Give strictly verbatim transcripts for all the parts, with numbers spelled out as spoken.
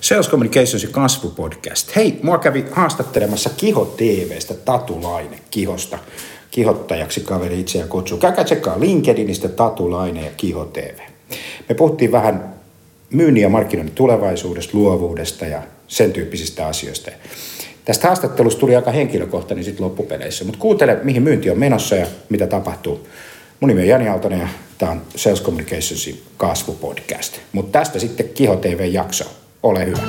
Sales Communications ja kasvupodcast. Hei, mua kävi haastattelemassa Kiho T V:stä Tatu Laine Kihosta. Kihottajaksi kaveri itseään kutsuu. Käykää tsekkaa LinkedInistä Tatu Laine ja Kiho T V. Me puhuttiin vähän myynnin ja markkinoinnin tulevaisuudesta, luovuudesta ja sen tyyppisistä asioista. Tästä haastattelusta tuli aika henkilökohtainen sit loppupeleissä, mutta kuuntele, mihin myynti on menossa ja mitä tapahtuu. Mun nimi on Jani Aaltonen ja tämä on Sales Communicationsin kasvupodcast. Mutta tästä sitten Kiho T V-jakso. Ole hyvä.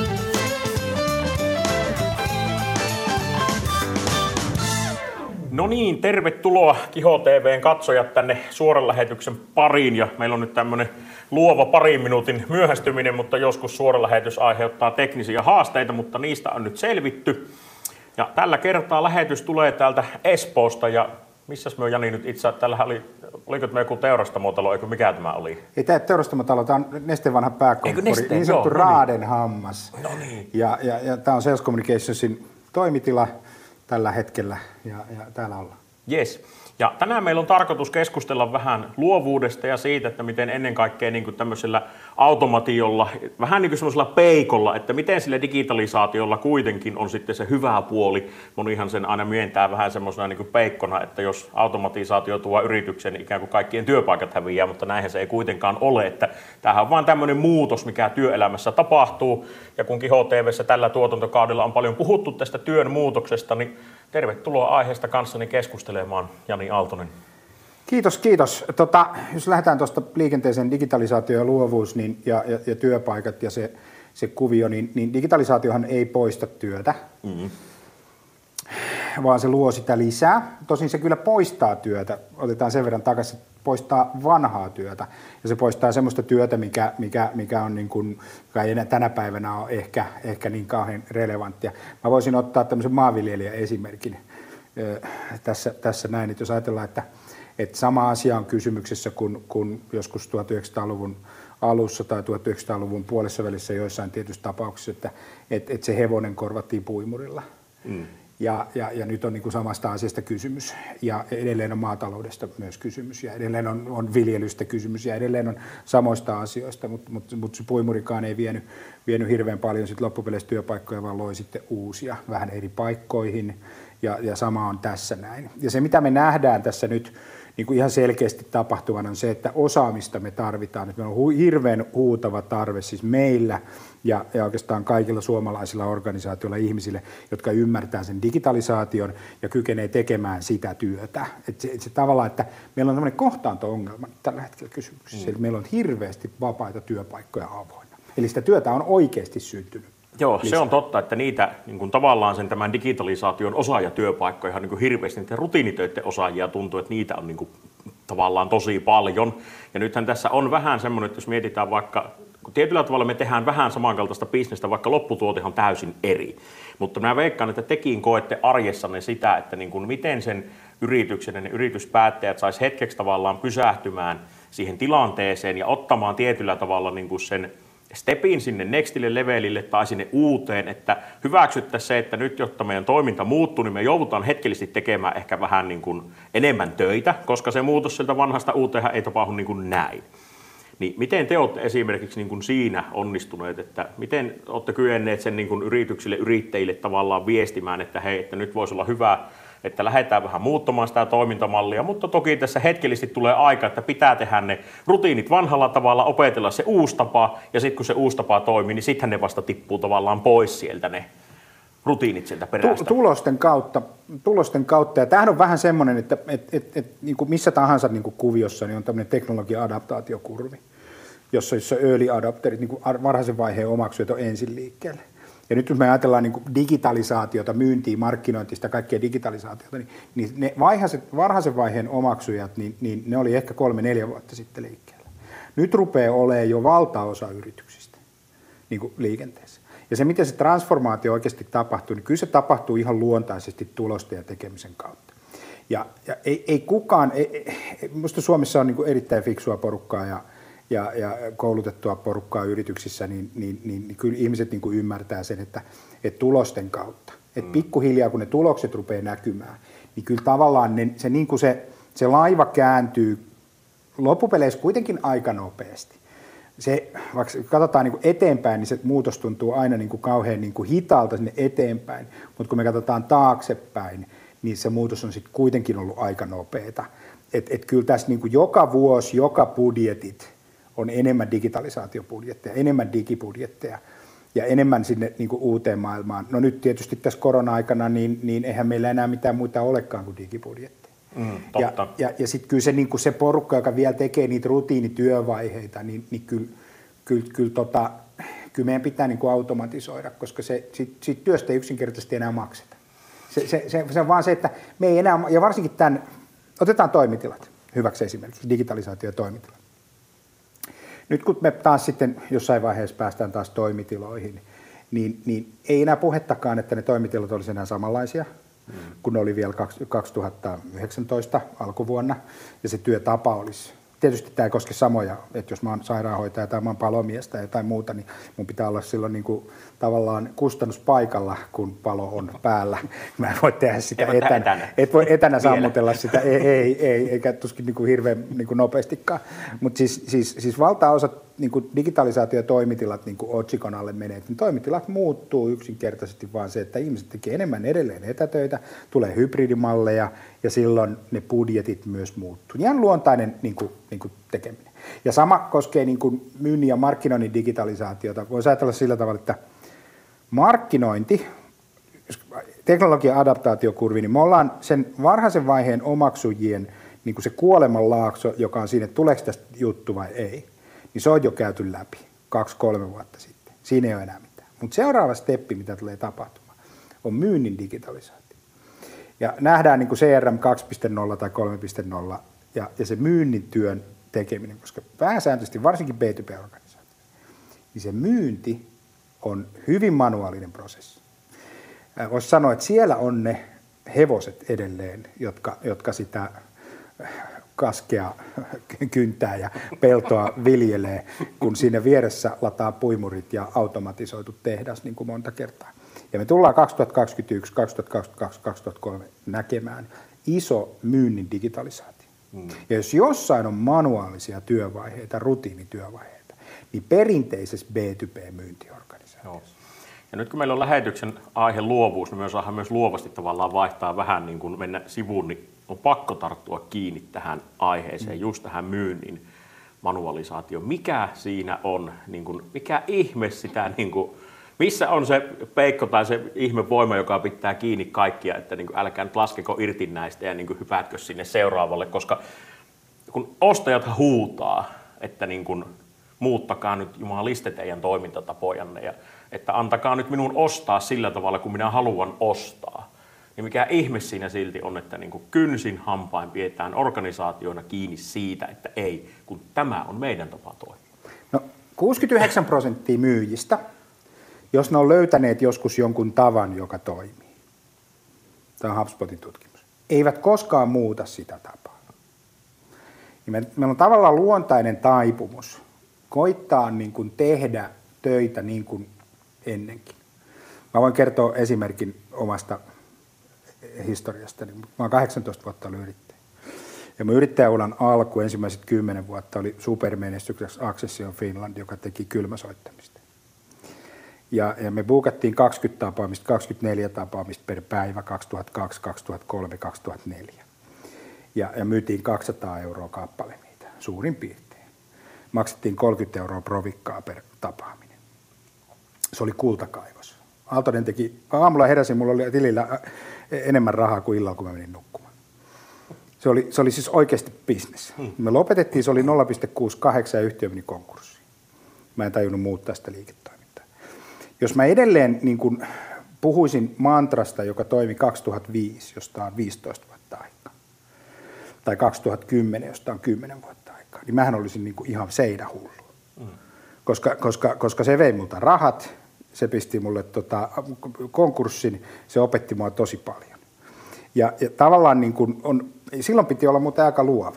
No niin, tervetuloa Kiho T V:n katsojat tänne suoran lähetyksen pariin. Ja meillä on nyt tämmöinen luova parin minuutin myöhästyminen, mutta joskus suora lähetys aiheuttaa teknisiä haasteita, mutta niistä on nyt selvitty. Ja tällä kertaa lähetys tulee täältä Espoosta ja missäs me on Jani nyt itse, tällähän oli, oliko tämä joku teurastamotalo, eikö mikä tämä oli? Ei tämä teurastamotalo, tämä on Nesteen vanha pääkomppori, Nesteen, niin sanottu joo, Raadenhammas. No niin. Ja, ja, ja tämä on Sales Communicationsin toimitila tällä hetkellä ja, ja täällä ollaan. Yes. Ja tänään meillä on tarkoitus keskustella vähän luovuudesta ja siitä, että miten ennen kaikkea niin kuin tämmöisellä automatiolla, vähän niin kuin semmoisella peikolla, että miten sillä digitalisaatiolla kuitenkin on sitten se hyvä puoli. Monihan sen aina myöntää vähän semmoisena niin kuin peikkona, että jos automatisaatio tuo yritykseen, niin ikään kuin kaikkien työpaikat häviää, mutta näinhän se ei kuitenkaan ole. Että tämähän on vaan tämmöinen muutos, mikä työelämässä tapahtuu. Ja kun Kiho T V:ssä tällä tuotantokaudella on paljon puhuttu tästä työn muutoksesta, niin tervetuloa aiheesta kanssani keskustelemaan, Jani Aaltonen. Kiitos, kiitos. Tota, jos lähdetään tuosta liikenteeseen digitalisaatio ja luovuus niin, ja, ja, ja työpaikat ja se, se kuvio, niin, niin digitalisaatiohan ei poista työtä, mm-hmm. vaan se luo sitä lisää. Tosin se kyllä poistaa työtä, otetaan sen verran takaisin, poistaa vanhaa työtä ja se poistaa semmoista työtä, mikä, mikä, mikä, on niin kuin, mikä ei enää tänä päivänä ole ehkä, ehkä niin kauhean relevanttia. Mä voisin ottaa tämmöisen maanviljelijän esimerkin tässä, tässä näin, että jos ajatellaan, että, että sama asia on kysymyksessä kuin, kuin joskus tuhatyhdeksänsataaluvun alussa tai tuhatyhdeksänsataaluvun puolessa välissä joissain tietyissä tapauksissa, että, että, että se hevonen korvattiin puimurilla. Mm. Ja, ja, ja nyt on niin kuin samasta asiasta kysymys ja edelleen on maataloudesta myös kysymys ja edelleen on, on viljelystä kysymys ja edelleen on samoista asioista, mutta, mutta, mutta se puimurikaan ei vienyt, vienyt hirveän paljon sit loppupeleissä työpaikkoja, vaan loi sitten uusia vähän eri paikkoihin ja, ja sama on tässä näin. Ja se mitä me nähdään tässä nyt niin kuin ihan selkeästi tapahtuvana on se, että osaamista me tarvitaan. Että meillä on hu- hirveän huutava tarve siis meillä ja, ja oikeastaan kaikilla suomalaisilla organisaatioilla ihmisille, jotka ymmärtää sen digitalisaation ja kykenee tekemään sitä työtä. Että se, et se tavallaan, että meillä on tämmöinen kohtaanto-ongelma tällä hetkellä kysymyksessä. Mm. Meillä on hirveästi vapaita työpaikkoja avoinna. Eli sitä työtä on oikeasti syntynyt. Joo, lisää. Se on totta, että niitä niin kuin tavallaan sen tämän digitalisaation osaajatyöpaikkoja niin kuin hirveästi, niiden rutiinitöiden osaajia tuntuu, että niitä on niin kuin, tavallaan tosi paljon. Ja nythän tässä on vähän semmoinen, että jos mietitään vaikka, kun tietyllä tavalla me tehdään vähän samankaltaista bisnestä, vaikka lopputuotehan täysin eri. Mutta mä veikkaan, että tekin koette arjessanne sitä, että niin kuin miten sen yrityksen ja ne yrityspäättäjät sais hetkeksi tavallaan pysähtymään siihen tilanteeseen ja ottamaan tietyllä tavalla niin kuin sen stepin sinne nextille levelille tai sinne uuteen, että hyväksyttäisiin se, että nyt jotta meidän toiminta muuttuu, niin me joudutaan hetkellisesti tekemään ehkä vähän niin kuin enemmän töitä, koska se muutos sieltä vanhasta uuteen ei tapahdu niin kuin näin. Niin miten te olette esimerkiksi niin kuin siinä onnistuneet, että miten olette kyenneet sen niin kuin yrityksille, yrittäjille tavallaan viestimään, että hei, että nyt voisi olla hyvä, että lähdetään vähän muuttamaan sitä toimintamallia, mutta toki tässä hetkellisesti tulee aika, että pitää tehdä ne rutiinit vanhalla tavalla, opetella se uusi tapa, ja sitten kun se uusi tapa toimii, niin sittenhän ne vasta tippuu tavallaan pois sieltä ne rutiinit sieltä perästä. Tulosten kautta, tulosten kautta. Ja tämähän on vähän semmoinen, että et, et, et, niin kuin missä tahansa niin kuin kuviossa niin on tämmöinen teknologia-adaptaatiokurvi, jossa, jossa early adopterit, niin kuin varhaisen vaiheen omaksujat on ensin liikkeelle. Ja nyt jos me ajatellaan niin kuin digitalisaatiota, myyntiä, markkinointista, kaikkea digitalisaatiota, niin, niin ne vaihaiset, varhaisen vaiheen omaksujat, niin, niin ne oli ehkä kolme, neljä vuotta sitten liikkeellä. Nyt rupeaa olemaan jo valtaosa yrityksistä niin kuin liikenteessä. Ja se, miten se transformaatio oikeasti tapahtuu, niin kyllä se tapahtuu ihan luontaisesti tulosten ja tekemisen kautta. Ja, ja ei, ei kukaan, ei, ei, minusta Suomessa on niin kuin erittäin fiksua porukkaa ja Ja, ja koulutettua porukkaa yrityksissä, niin, niin, niin, niin kyllä ihmiset niin kuin ymmärtää sen, että, että tulosten kautta, että pikkuhiljaa kun ne tulokset rupeaa näkymään, niin kyllä tavallaan ne, se, niin kuin se, se laiva kääntyy loppupeleissä kuitenkin aika nopeasti, se, vaikka katsotaan niin kuin eteenpäin, niin se muutos tuntuu aina niin kuin kauhean niin kuin hitaalta sinne eteenpäin, mutta kun me katsotaan taaksepäin, niin se muutos on sitten kuitenkin ollut aika nopeata. Että et kyllä tässä niin kuin joka vuosi, joka budjetit on enemmän digitalisaatiobudjetteja, enemmän digibudjetteja ja enemmän sinne niin kuin uuteen maailmaan. No nyt tietysti tässä korona-aikana, niin, niin eihän meillä enää mitään muuta olekaan kuin digibudjetteja. Mm, ja ja, ja sitten kyllä se, niin kuin se porukka, joka vielä tekee niitä rutiinityövaiheita, niin, niin kyllä, kyllä, kyllä, tota, kyllä meidän pitää niin kuin automatisoida, koska se, siitä, siitä työstä ei yksinkertaisesti enää makseta. Se, se, se, se on vaan se, että me ei enää, ja varsinkin tämän, otetaan toimitilat hyväksi esimerkiksi, digitalisaatio ja toimitilat. Nyt kun me taas sitten jossain vaiheessa päästään taas toimitiloihin, niin, niin ei enää puhettakaan, että ne toimitilat olisi enää samanlaisia, mm. kun ne oli vielä kaksituhattayhdeksäntoista alkuvuonna, ja se työtapa olisi. Tietysti tämä ei koske samoja, että jos mä oon sairaanhoitaja tai mä oon palomies tai jotain muuta, niin mun pitää olla silloin niin kuin tavallaan kustannuspaikalla, kun palo on päällä. Mä en voi tehdä sitä etänä. etänä. Et voi etänä sammutella sitä, ei, ei, ei, eikä tuskin niin kuin hirveän niin kuin nopeastikaan. Mutta siis, siis, siis valtaosa niin kuin digitalisaatio- ja toimitilat niin kuin otsikon alle menee. Niin toimitilat muuttuu yksinkertaisesti vaan se, että ihmiset tekee enemmän edelleen etätöitä, tulee hybridimalleja ja silloin ne budjetit myös muuttuu. Ihan luontainen niin kuin, niin kuin tekeminen. Ja sama koskee niin kuin myynnin ja markkinoinnin digitalisaatiota. Voisi ajatella sillä tavalla, että markkinointi, teknologian adaptaatiokurvi, niin me ollaan sen varhaisen vaiheen omaksujien niin kuin se kuolemanlaakso, joka on siinä, että tuleeko tästä juttu vai ei, niin se on jo käyty läpi kaksi, kolme vuotta sitten. Siinä ei ole enää mitään. Mutta seuraava steppi, mitä tulee tapahtumaan, on myynnin digitalisaatio. Ja nähdään niin kuin C R M kaksi piste nolla tai kolme piste nolla ja, ja se myynnin työn tekeminen, koska pääsääntöisesti, varsinkin B two B-organisaatio, niin se myynti on hyvin manuaalinen prosessi. Voisi sanoa, että siellä on ne hevoset edelleen, jotka, jotka sitä kaskea kyntää ja peltoa viljelee, kun siinä vieressä lataa puimurit ja automatisoitu tehdas niin kuin monta kertaa. Ja me tullaan kaksituhattakaksikymmentäyksi, kaksituhattakaksikymmentäkaksi, kaksituhattakolme näkemään iso myynnin digitalisaatio. Mm. Ja jos jossain on manuaalisia työvaiheita, rutiinityövaiheita, niin perinteisessä B two B-myyntiorganisaatiossa. Joo. Ja nyt kun meillä on lähetyksen aihe luovuus, niin me saadaan myös luovasti tavallaan vaihtaa vähän niin kuin mennä sivuun, niin on pakko tarttua kiinni tähän aiheeseen, mm. just tähän myynnin manualisaatioon. Mikä siinä on, niin kuin, mikä ihme sitä, niin kuin, missä on se peikko tai se ihmevoima, joka pitää kiinni kaikkia, että niin kuin, älkää nyt laskeko irti näistä ja niin kuin, hypätkö sinne seuraavalle, koska kun ostajat huutaa, että niin kuin, muuttakaa nyt jumaliste teidän toimintatapojanne ja että antakaa nyt minun ostaa sillä tavalla, kun minä haluan ostaa. Niin mikä ihme siinä silti on, että niin kuin kynsin hampain pidetään organisaatioina kiinni siitä, että ei, kun tämä on meidän tapa toimia. No kuusikymmentäyhdeksän prosenttia myyjistä, jos ne on löytäneet joskus jonkun tavan, joka toimii, tämä on HubSpotin tutkimus, eivät koskaan muuta sitä tapaa. Meillä on tavallaan luontainen taipumus koittaa niin kuin tehdä töitä niin kuin ennenkin. Mä voin kertoa esimerkin omasta historiasta. Mä oon kahdeksantoista vuotta ollut yrittäjä. Ja mun yrittäjäuran alku ensimmäiset kymmenen vuotta oli supermenestyksessä Accession Finland, joka teki kylmäsoittamista. Ja, ja me buukattiin kaksikymmentä tapaamista, kaksikymmentäneljä tapaamista per päivä kaksituhattakaksi, kaksituhattakolme, kaksituhattaneljä. Ja, ja myytiin kaksisataa euroa kappale niitä, suurin piirtein. Maksettiin kolmekymmentä euroa provikkaa per tapaaminen. Se oli kultakaivos. Aaltonen teki, aamulla heräsin, mulla oli tilillä enemmän rahaa kuin illalla, kun mä menin nukkumaan. Se oli, se oli siis oikeasti business. Me lopetettiin, se oli nolla pilkku kuusikymmentäkahdeksan ja yhtiö meni konkurssiin. Mä en tajunnut muuttaa sitä liiketoimintaa. Jos mä edelleen niin kun puhuisin mantrasta, joka toimi kaksituhattaviisi, josta on viisitoista vuotta aikaa, tai kaksituhattakymmenen, josta on kymmenen vuotta aikaa, niin mähän olisin niin kuin ihan seinähullu. Mm. Koska, koska, koska se vei multa rahat, se pisti mulle tota, konkurssin, se opetti mua tosi paljon. Ja, ja tavallaan niin kuin on, silloin piti olla muuten aika luova,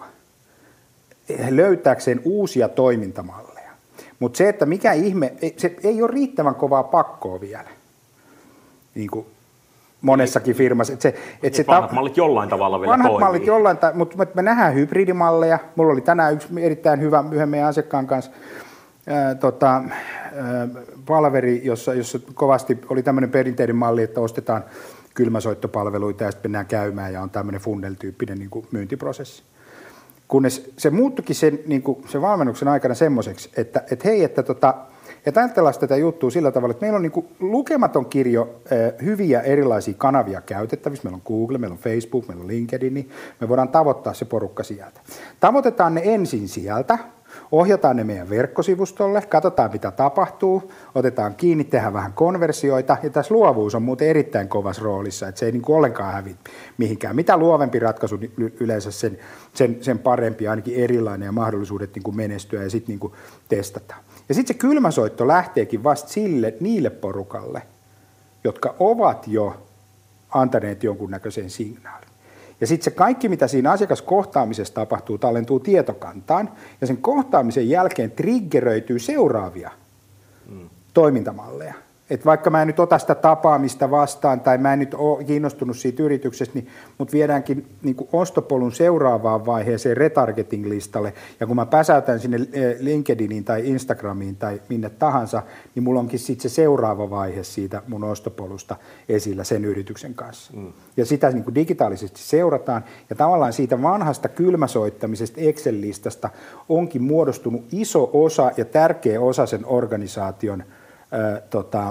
löytääkseen uusia toimintamalleja. Mutta se, että mikä ihme, se ei ole riittävän kovaa pakkoa vielä, niin kuin monessakin firmassa. Et se, et se vanhat ta- mallit jollain tavalla vielä vanhat toimii. Mallit jollain, ta- mutta me nähdään hybridimalleja. Mulla oli tänään yksi erittäin hyvä yhden meidän asiakkaan kanssa, ää, tota, ää, palaveri, jossa, jossa kovasti oli tämmöinen perinteinen malli, että ostetaan kylmäsoittopalveluita ja sitten mennään käymään ja on tämmöinen funnel-tyyppinen niin kuin myyntiprosessi. Kunnes se muuttukin sen, niin kuin sen valmennuksen aikana semmoiseksi, että et hei, että tota, et ajatellaan tätä juttua sillä tavalla, että meillä on niin kuin lukematon kirjo äh, hyviä erilaisia kanavia käytettävissä. Meillä on Google, meillä on Facebook, meillä on LinkedIn, niin me voidaan tavoittaa se porukka sieltä. Tavoitetaan ne ensin sieltä, ohjataan ne meidän verkkosivustolle, katsotaan mitä tapahtuu, otetaan kiinni, tehdään vähän konversioita, ja tässä luovuus on muuten erittäin kovassa roolissa, että se ei niin kuin ollenkaan hävi mihinkään. Mitä luovempi ratkaisu yleensä sen, sen, sen parempi, ainakin erilainen ja mahdollisuudet niin kuin menestyä ja sitten niin kuin testataan. Ja sitten se kylmäsoitto lähteekin vasta sille, niille porukalle, jotka ovat jo antaneet jonkunnäköisen signaalin. Ja sitten se kaikki, mitä siinä asiakaskohtaamisessa tapahtuu, tallentuu tietokantaan, ja sen kohtaamisen jälkeen triggeröityy seuraavia mm. toimintamalleja. Et vaikka mä en nyt ota sitä tapaamista vastaan, tai mä en nyt ole kiinnostunut siitä yrityksestä, niin mut viedäänkin niin kuin ostopolun seuraavaan vaiheeseen retargeting-listalle, ja kun mä päsäytän sinne LinkedIniin tai Instagramiin tai minne tahansa, niin mulla onkin sitten se seuraava vaihe siitä mun ostopolusta esillä sen yrityksen kanssa. Mm. Ja sitä niin kuin digitaalisesti seurataan, ja tavallaan siitä vanhasta kylmäsoittamisesta Excel-listasta onkin muodostunut iso osa ja tärkeä osa sen organisaation Ö, tota,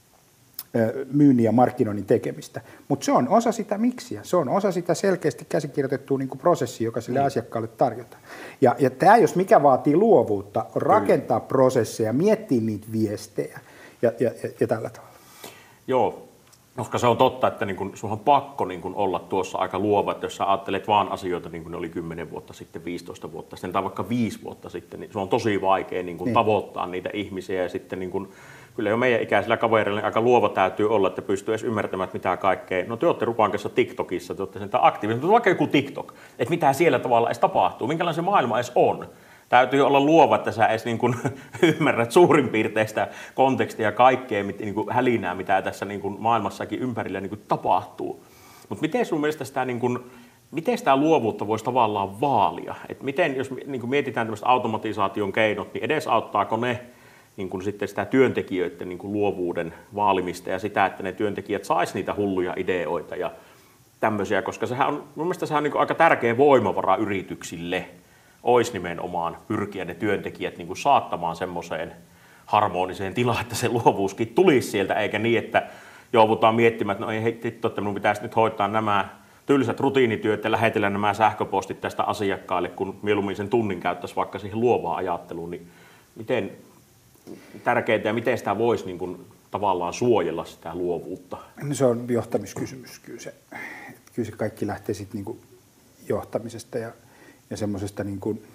ö, myynnin ja markkinoinnin tekemistä. Mutta se on osa sitä miksiä, se on osa sitä selkeästi käsikirjoitettua niin kuin prosessia, joka sille mm. asiakkaalle tarjotaan. Ja, ja tämä, jos mikä vaatii luovuutta, on rakentaa Kyllä. prosesseja, miettiä niitä viestejä ja, ja, ja, ja tällä tavalla. Joo, koska se on totta, että niin kun, sun on pakko niin kun olla tuossa aika luova, että jos sä ajattelet vaan asioita niin kuin ne oli kymmenen vuotta sitten, viisitoista vuotta sitten tai vaikka viisi vuotta sitten, niin se on tosi vaikea niin kun niin. tavoittaa niitä ihmisiä ja sitten niin kun, kyllä jo meidän ikäisillä kavereilla aika luova täytyy olla, että pystyy edes ymmärtämään, että mitä kaikkea. No te olette Rupan kanssa TikTokissa, te olette sen aktiivisesti, mutta vaikka joku TikTok, että mitä siellä tavalla edes tapahtuu, minkälainen se maailma edes on. Täytyy olla luova, että sä edes niin kuin ymmärrät suurin piirtein sitä kontekstia ja kaikkea niin kuin hälinää, mitä tässä niin kuin maailmassakin ympärillä niin kuin tapahtuu. Mutta miten sun mielestä sitä, niin kuin, miten sitä luovuutta voisi tavallaan vaalia? Et miten, jos niin kuin mietitään tämmöistä automatisaation keinot, niin edesauttaako ne niin kuin sitten sitä työntekijöiden niin kuin luovuuden vaalimista ja sitä, että ne työntekijät sais niitä hulluja ideoita ja tämmöisiä, koska sehän on, mun mielestä sehän on niin kuin aika tärkeä voimavara yrityksille, olisi nimenomaan pyrkiä ne työntekijät niin kuin saattamaan semmoiseen harmoniseen tilaan, että se luovuuskin tulisi sieltä, eikä niin, että joudutaan miettimään, että no ei hitto, että minun pitäisi nyt hoitaa nämä tylsät rutiinityöt ja lähetellä nämä sähköpostit tästä asiakkaille, kun mieluummin sen tunnin käyttäisi vaikka siihen luovaan ajatteluun, niin miten tärkeää ja miten sitä voisi niin kuin tavallaan suojella sitä luovuutta? No se on johtamiskysymys, kyllä se, kyllä se kaikki lähtee sitten niin kuin johtamisesta ja ja semmoisesta niin kuin,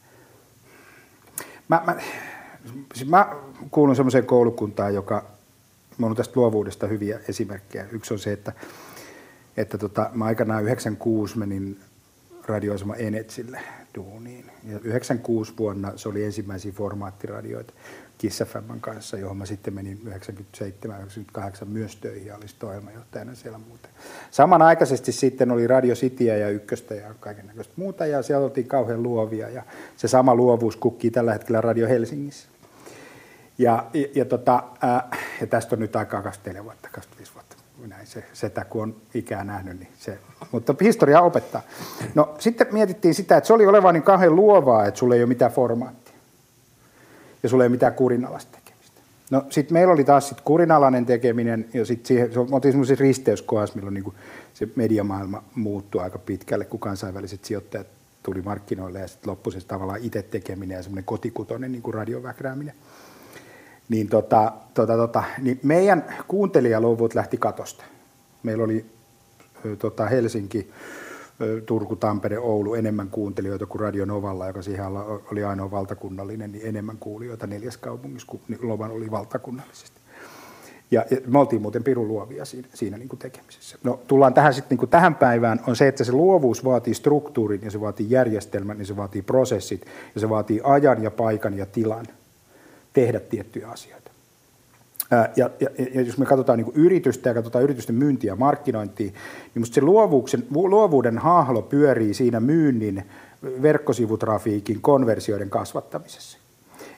mä, mä, siis mä kuulun semmoiseen koulukuntaan, joka, mä on tästä luovuudesta hyviä esimerkkejä. Yksi on se, että, että tota, mä aikanaan yhdeksänkymmentäkuusi menin radioasema Enetsille duuniin. Ja yhdeksänkymmentäkuusi vuonna se oli ensimmäisiä formaattiradioita Kiss F M:n kanssa, johon mä sitten menin yhdeksänkymmentäseitsemän yhdeksänkymmentäkahdeksan myös töihin ja olin ohjelmanjohtajana siellä muuten. Samanaikaisesti sitten oli Radio Cityä ja Ykköstä ja kaikennäköistä muuta ja siellä oltiin kauhean luovia ja se sama luovuus kukkii tällä hetkellä Radio Helsingissä. Ja, ja, ja, tota, ää, ja tästä on nyt aikaa kaksikymmentäneljä vuotta, kaksikymmentäviisi vuotta. Näin se, setä, kun on ikää nähnyt, niin se, mutta historia opettaa. No sitten mietittiin sitä, että se oli oleva niin kauhean luovaa, että sulla ei ole mitään formaattia. Ja sulla ei ole mitään kurinalaista tekemistä. No sitten meillä oli taas sit kurinalainen tekeminen, ja sitten siihen, se oltiin semmoisessa risteyskohdassa, milloin niinku se mediamaailma muuttui aika pitkälle, kun kansainväliset sijoittajat tuli markkinoille, ja sitten loppui se tavallaan itse tekeminen ja semmoinen kotikutoinen niin kuin radioväkrääminen. Niin, tota, tota, tota, niin meidän kuuntelijaluvut lähti katosta. Meillä oli tota, Helsinki, Turku, Tampere, Oulu enemmän kuuntelijoita kuin Radio Novalla, joka siihen oli ainoa valtakunnallinen, niin enemmän kuulijoita neljäs kaupungissa kuin Lovan oli valtakunnallisesti. Ja, ja me oltiin muuten pirun luovia siinä, siinä niin kuin tekemisessä. No tullaan tähän sitten niin kuin tähän päivään, on se, että se luovuus vaatii struktuurin ja se vaatii järjestelmän ja se vaatii prosessit ja se vaatii ajan ja paikan ja tilan tehdä tiettyjä asioita. Ää, ja, ja, ja jos me katsotaan niin kuin yritystä ja katsotaan yritysten myyntiä ja markkinointia, niin musta se luovuuden hahlo pyörii siinä myynnin, verkkosivutrafiikin, konversioiden kasvattamisessa.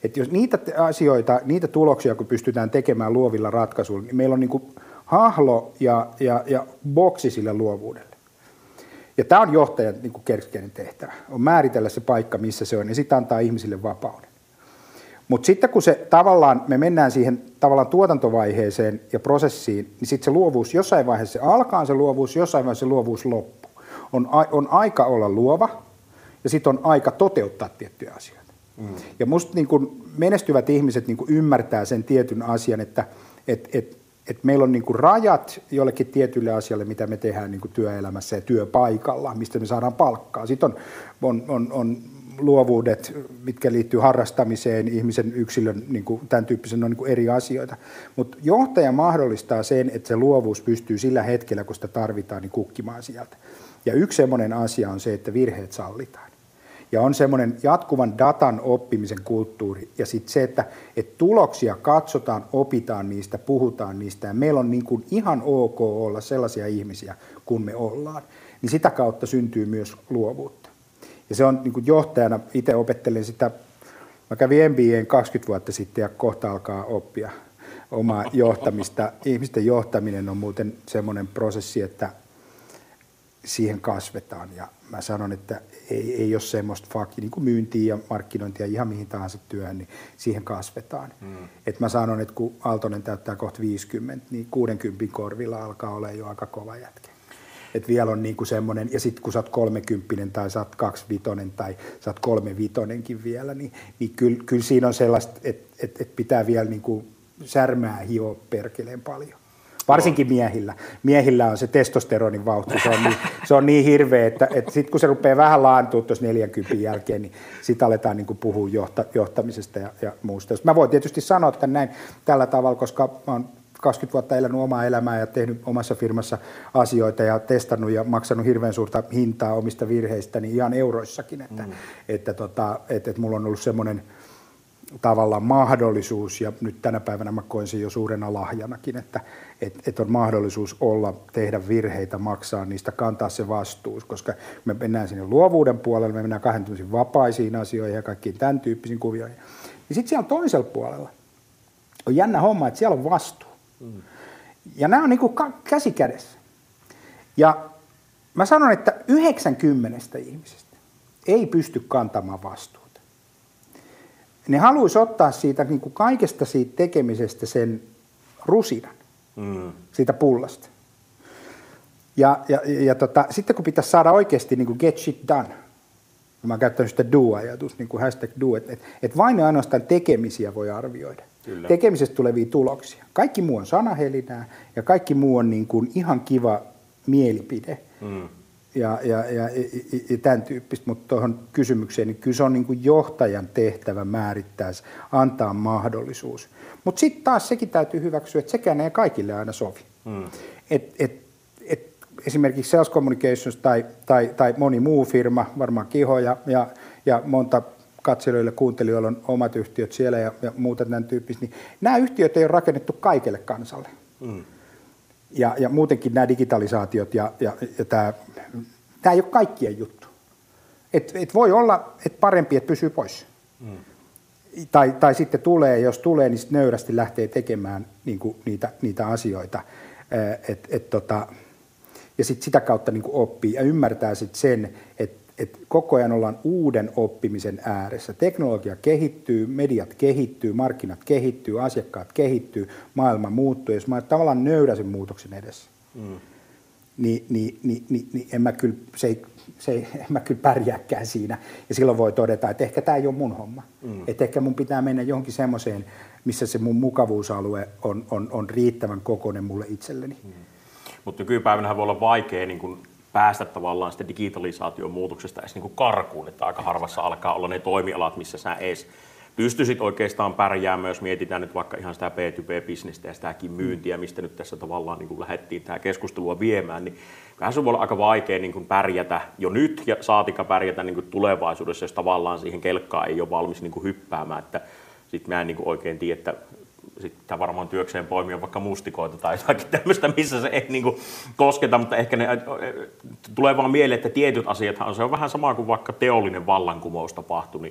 että jos niitä asioita, niitä tuloksia, kun pystytään tekemään luovilla ratkaisuilla, niin meillä on niin kuin hahlo ja, ja, ja boksi sille luovuudelle. Ja tämä on johtajan niin kuin keskeinen tehtävä, on määritellä se paikka, missä se on, ja sitten antaa ihmisille vapauden. Mutta sitten kun se tavallaan, me mennään siihen tavallaan tuotantovaiheeseen ja prosessiin, niin sitten se luovuus, jossain vaiheessa se alkaa se luovuus, jossain vaiheessa se luovuus loppuu. On, on aika olla luova ja sitten on aika toteuttaa tiettyjä asioita. Mm. Ja musta niin kun menestyvät ihmiset niin kun ymmärtää sen tietyn asian, että et, et, et meillä on niin kun rajat jollekin tietylle asialle, mitä me tehdään niin kun työelämässä ja työpaikalla, mistä me saadaan palkkaa. Sitten on, on, on, on luovuudet, mitkä liittyy harrastamiseen, ihmisen yksilön, niin kuin, tämän tyyppisen on niin kuin eri asioita. Mutta johtaja mahdollistaa sen, että se luovuus pystyy sillä hetkellä, kun sitä tarvitaan, niin kukkimaan sieltä. Ja yksi semmoinen asia on se, että virheet sallitaan. Ja on semmoinen jatkuvan datan oppimisen kulttuuri. Ja sitten se, että, että tuloksia katsotaan, opitaan niistä, puhutaan niistä. Ja meillä on niin kuin ihan ok olla sellaisia ihmisiä, kun me ollaan. Niin sitä kautta syntyy myös luovuutta. Ja se on niin kuin johtajana, itse opettelen sitä, mä kävin M B A:n kaksikymmentä vuotta sitten ja kohta alkaa oppia omaa johtamista. Ihmisten johtaminen on muuten semmoinen prosessi, että siihen kasvetaan. Ja mä sanon, että ei, ei ole semmoista fakki, niin kuin myyntiä ja markkinointia ihan mihin tahansa työhön, niin siihen kasvetaan. Mm. Et mä sanon, että kun Aaltonen täyttää kohta viisikymmentä, niin kuudenkymmenen korvilla alkaa olla jo aika kova jätkä. Että vielä on niinku semmoinen, ja sitten kun sä oot kolmekymppinen tai sä oot kaksivitonen tai sä oot kolmevitonenkin vielä, niin, niin kyllä, kyllä siinä on sellaista, että et, et pitää vielä niinku särmää hioa perkeleen paljon. Varsinkin miehillä. Miehillä on se testosteronin vauhti, se on niin, se on niin hirveä, että, että sitten kun se rupeaa vähän laantua tuossa neljänkymmenen jälkeen, niin sitten aletaan niinku puhua johta, johtamisesta ja, ja muusta. Mä voin tietysti sanoa, että näin tällä tavalla, koska mä oon kaksikymmentä vuotta elänyt omaa elämää ja tehnyt omassa firmassa asioita ja testannut ja maksanut hirveän suurta hintaa omista virheistä, niin ihan euroissakin, että, mm. että, tota, että, että mulla on ollut semmoinen tavallaan mahdollisuus, ja nyt tänä päivänä mä koen sen jo suurena lahjanakin, että, että, että on mahdollisuus olla, tehdä virheitä, maksaa niistä, kantaa se vastuus, koska me mennään sinne luovuuden puolelle, me mennään kahden tämmöisiin vapaisiin asioihin ja kaikkiin tämän tyyppisiin kuvioihin. Ja sitten siellä toisella puolella on jännä homma, että siellä on vastuu. Mm. Ja nämä on niin kuin käsi kädessä. Ja mä sanon, että yhdeksänkymmentä ihmisestä ei pysty kantamaan vastuuta. Ne haluaisi ottaa siitä niin kuin kaikesta siitä tekemisestä sen rusinan, mm. siitä pullasta. Ja, ja, ja tota, sitten kun pitäisi saada oikeasti niin kuin get shit done, mä oon käyttänyt sitä do-ajatus, niin kuin hashtag do, että et, et vain ja ainoastaan tekemisiä voi arvioida. Kyllä. Tekemisestä tulevia tuloksia. Kaikki muu on sanahelinää ja kaikki muu on niin kuin ihan kiva mielipide mm. ja, ja, ja, ja, ja tämän tyyppistä, mutta tuohon kysymykseen, niin kyllä se on niin kuin johtajan tehtävä määrittää, antaa mahdollisuus. Mutta sitten taas sekin täytyy hyväksyä, että sekään ei kaikille aina sovi. Mm. Et, et, et esimerkiksi Sales Communications tai, tai, tai moni muu firma, varmaan Kiho ja, ja, ja monta katselijoille, kuuntelijoille on omat yhtiöt siellä ja, ja muuta tämän tyyppistä, niin nämä yhtiöt ei ole rakennettu kaikelle kansalle. Mm. Ja, ja muutenkin nämä digitalisaatiot ja, ja, ja tämä, tämä ei ole kaikkien juttu. Et, et voi olla, että parempi, että pysyy pois. Mm. Tai, tai sitten tulee, jos tulee, niin sitten nöyrästi lähtee tekemään niin kuin niitä, niitä asioita. Et, et, tota, ja sitten sitä kautta niin kuin oppii ja ymmärtää sitten sen, että että koko ajan ollaan uuden oppimisen ääressä. Teknologia kehittyy, mediat kehittyy, markkinat kehittyy, asiakkaat kehittyy, maailma muuttuu. Jos mä olen tavallaan nöyrä sen muutoksen edessä, mm. niin, niin, niin, niin, niin en, mä kyllä, se ei, se ei, en mä kyllä pärjääkään siinä. Ja silloin voi todeta, että ehkä tämä ei ole mun homma. Mm. Että ehkä mun pitää mennä johonkin semmoiseen, missä se mun mukavuusalue on, on, on riittävän kokoinen mulle itselleni. Mm. Mutta nykypäivänä voi olla vaikea niin kun päästä tavallaan sitä digitalisaation muutoksesta edes niin kuin karkuun, että aika harvassa alkaa olla ne toimialat, missä sä edes pystyisit oikeastaan pärjäämään, jos mietitään nyt vaikka ihan sitä B to B-bisnestä ja sitäkin myyntiä, mistä nyt tässä tavallaan niin kuin lähdettiin tähän keskustelua viemään, niin kyllähän se voi olla aika vaikea niin kuin pärjätä jo nyt ja saatika pärjätä niin kuin tulevaisuudessa, jos tavallaan siihen kelkkaan ei ole valmis niin kuin hyppäämään, että sitten mä en niin kuin oikein tiedä, että sitten varmaan työkseen poimia vaikka mustikoita tai jotakin tämmöistä, missä se ei niin kuin kosketa, mutta ehkä ne tulee vaan mieleen, että tietyt asiathan on, se on vähän sama kuin vaikka teollinen vallankumous tapahtui, niin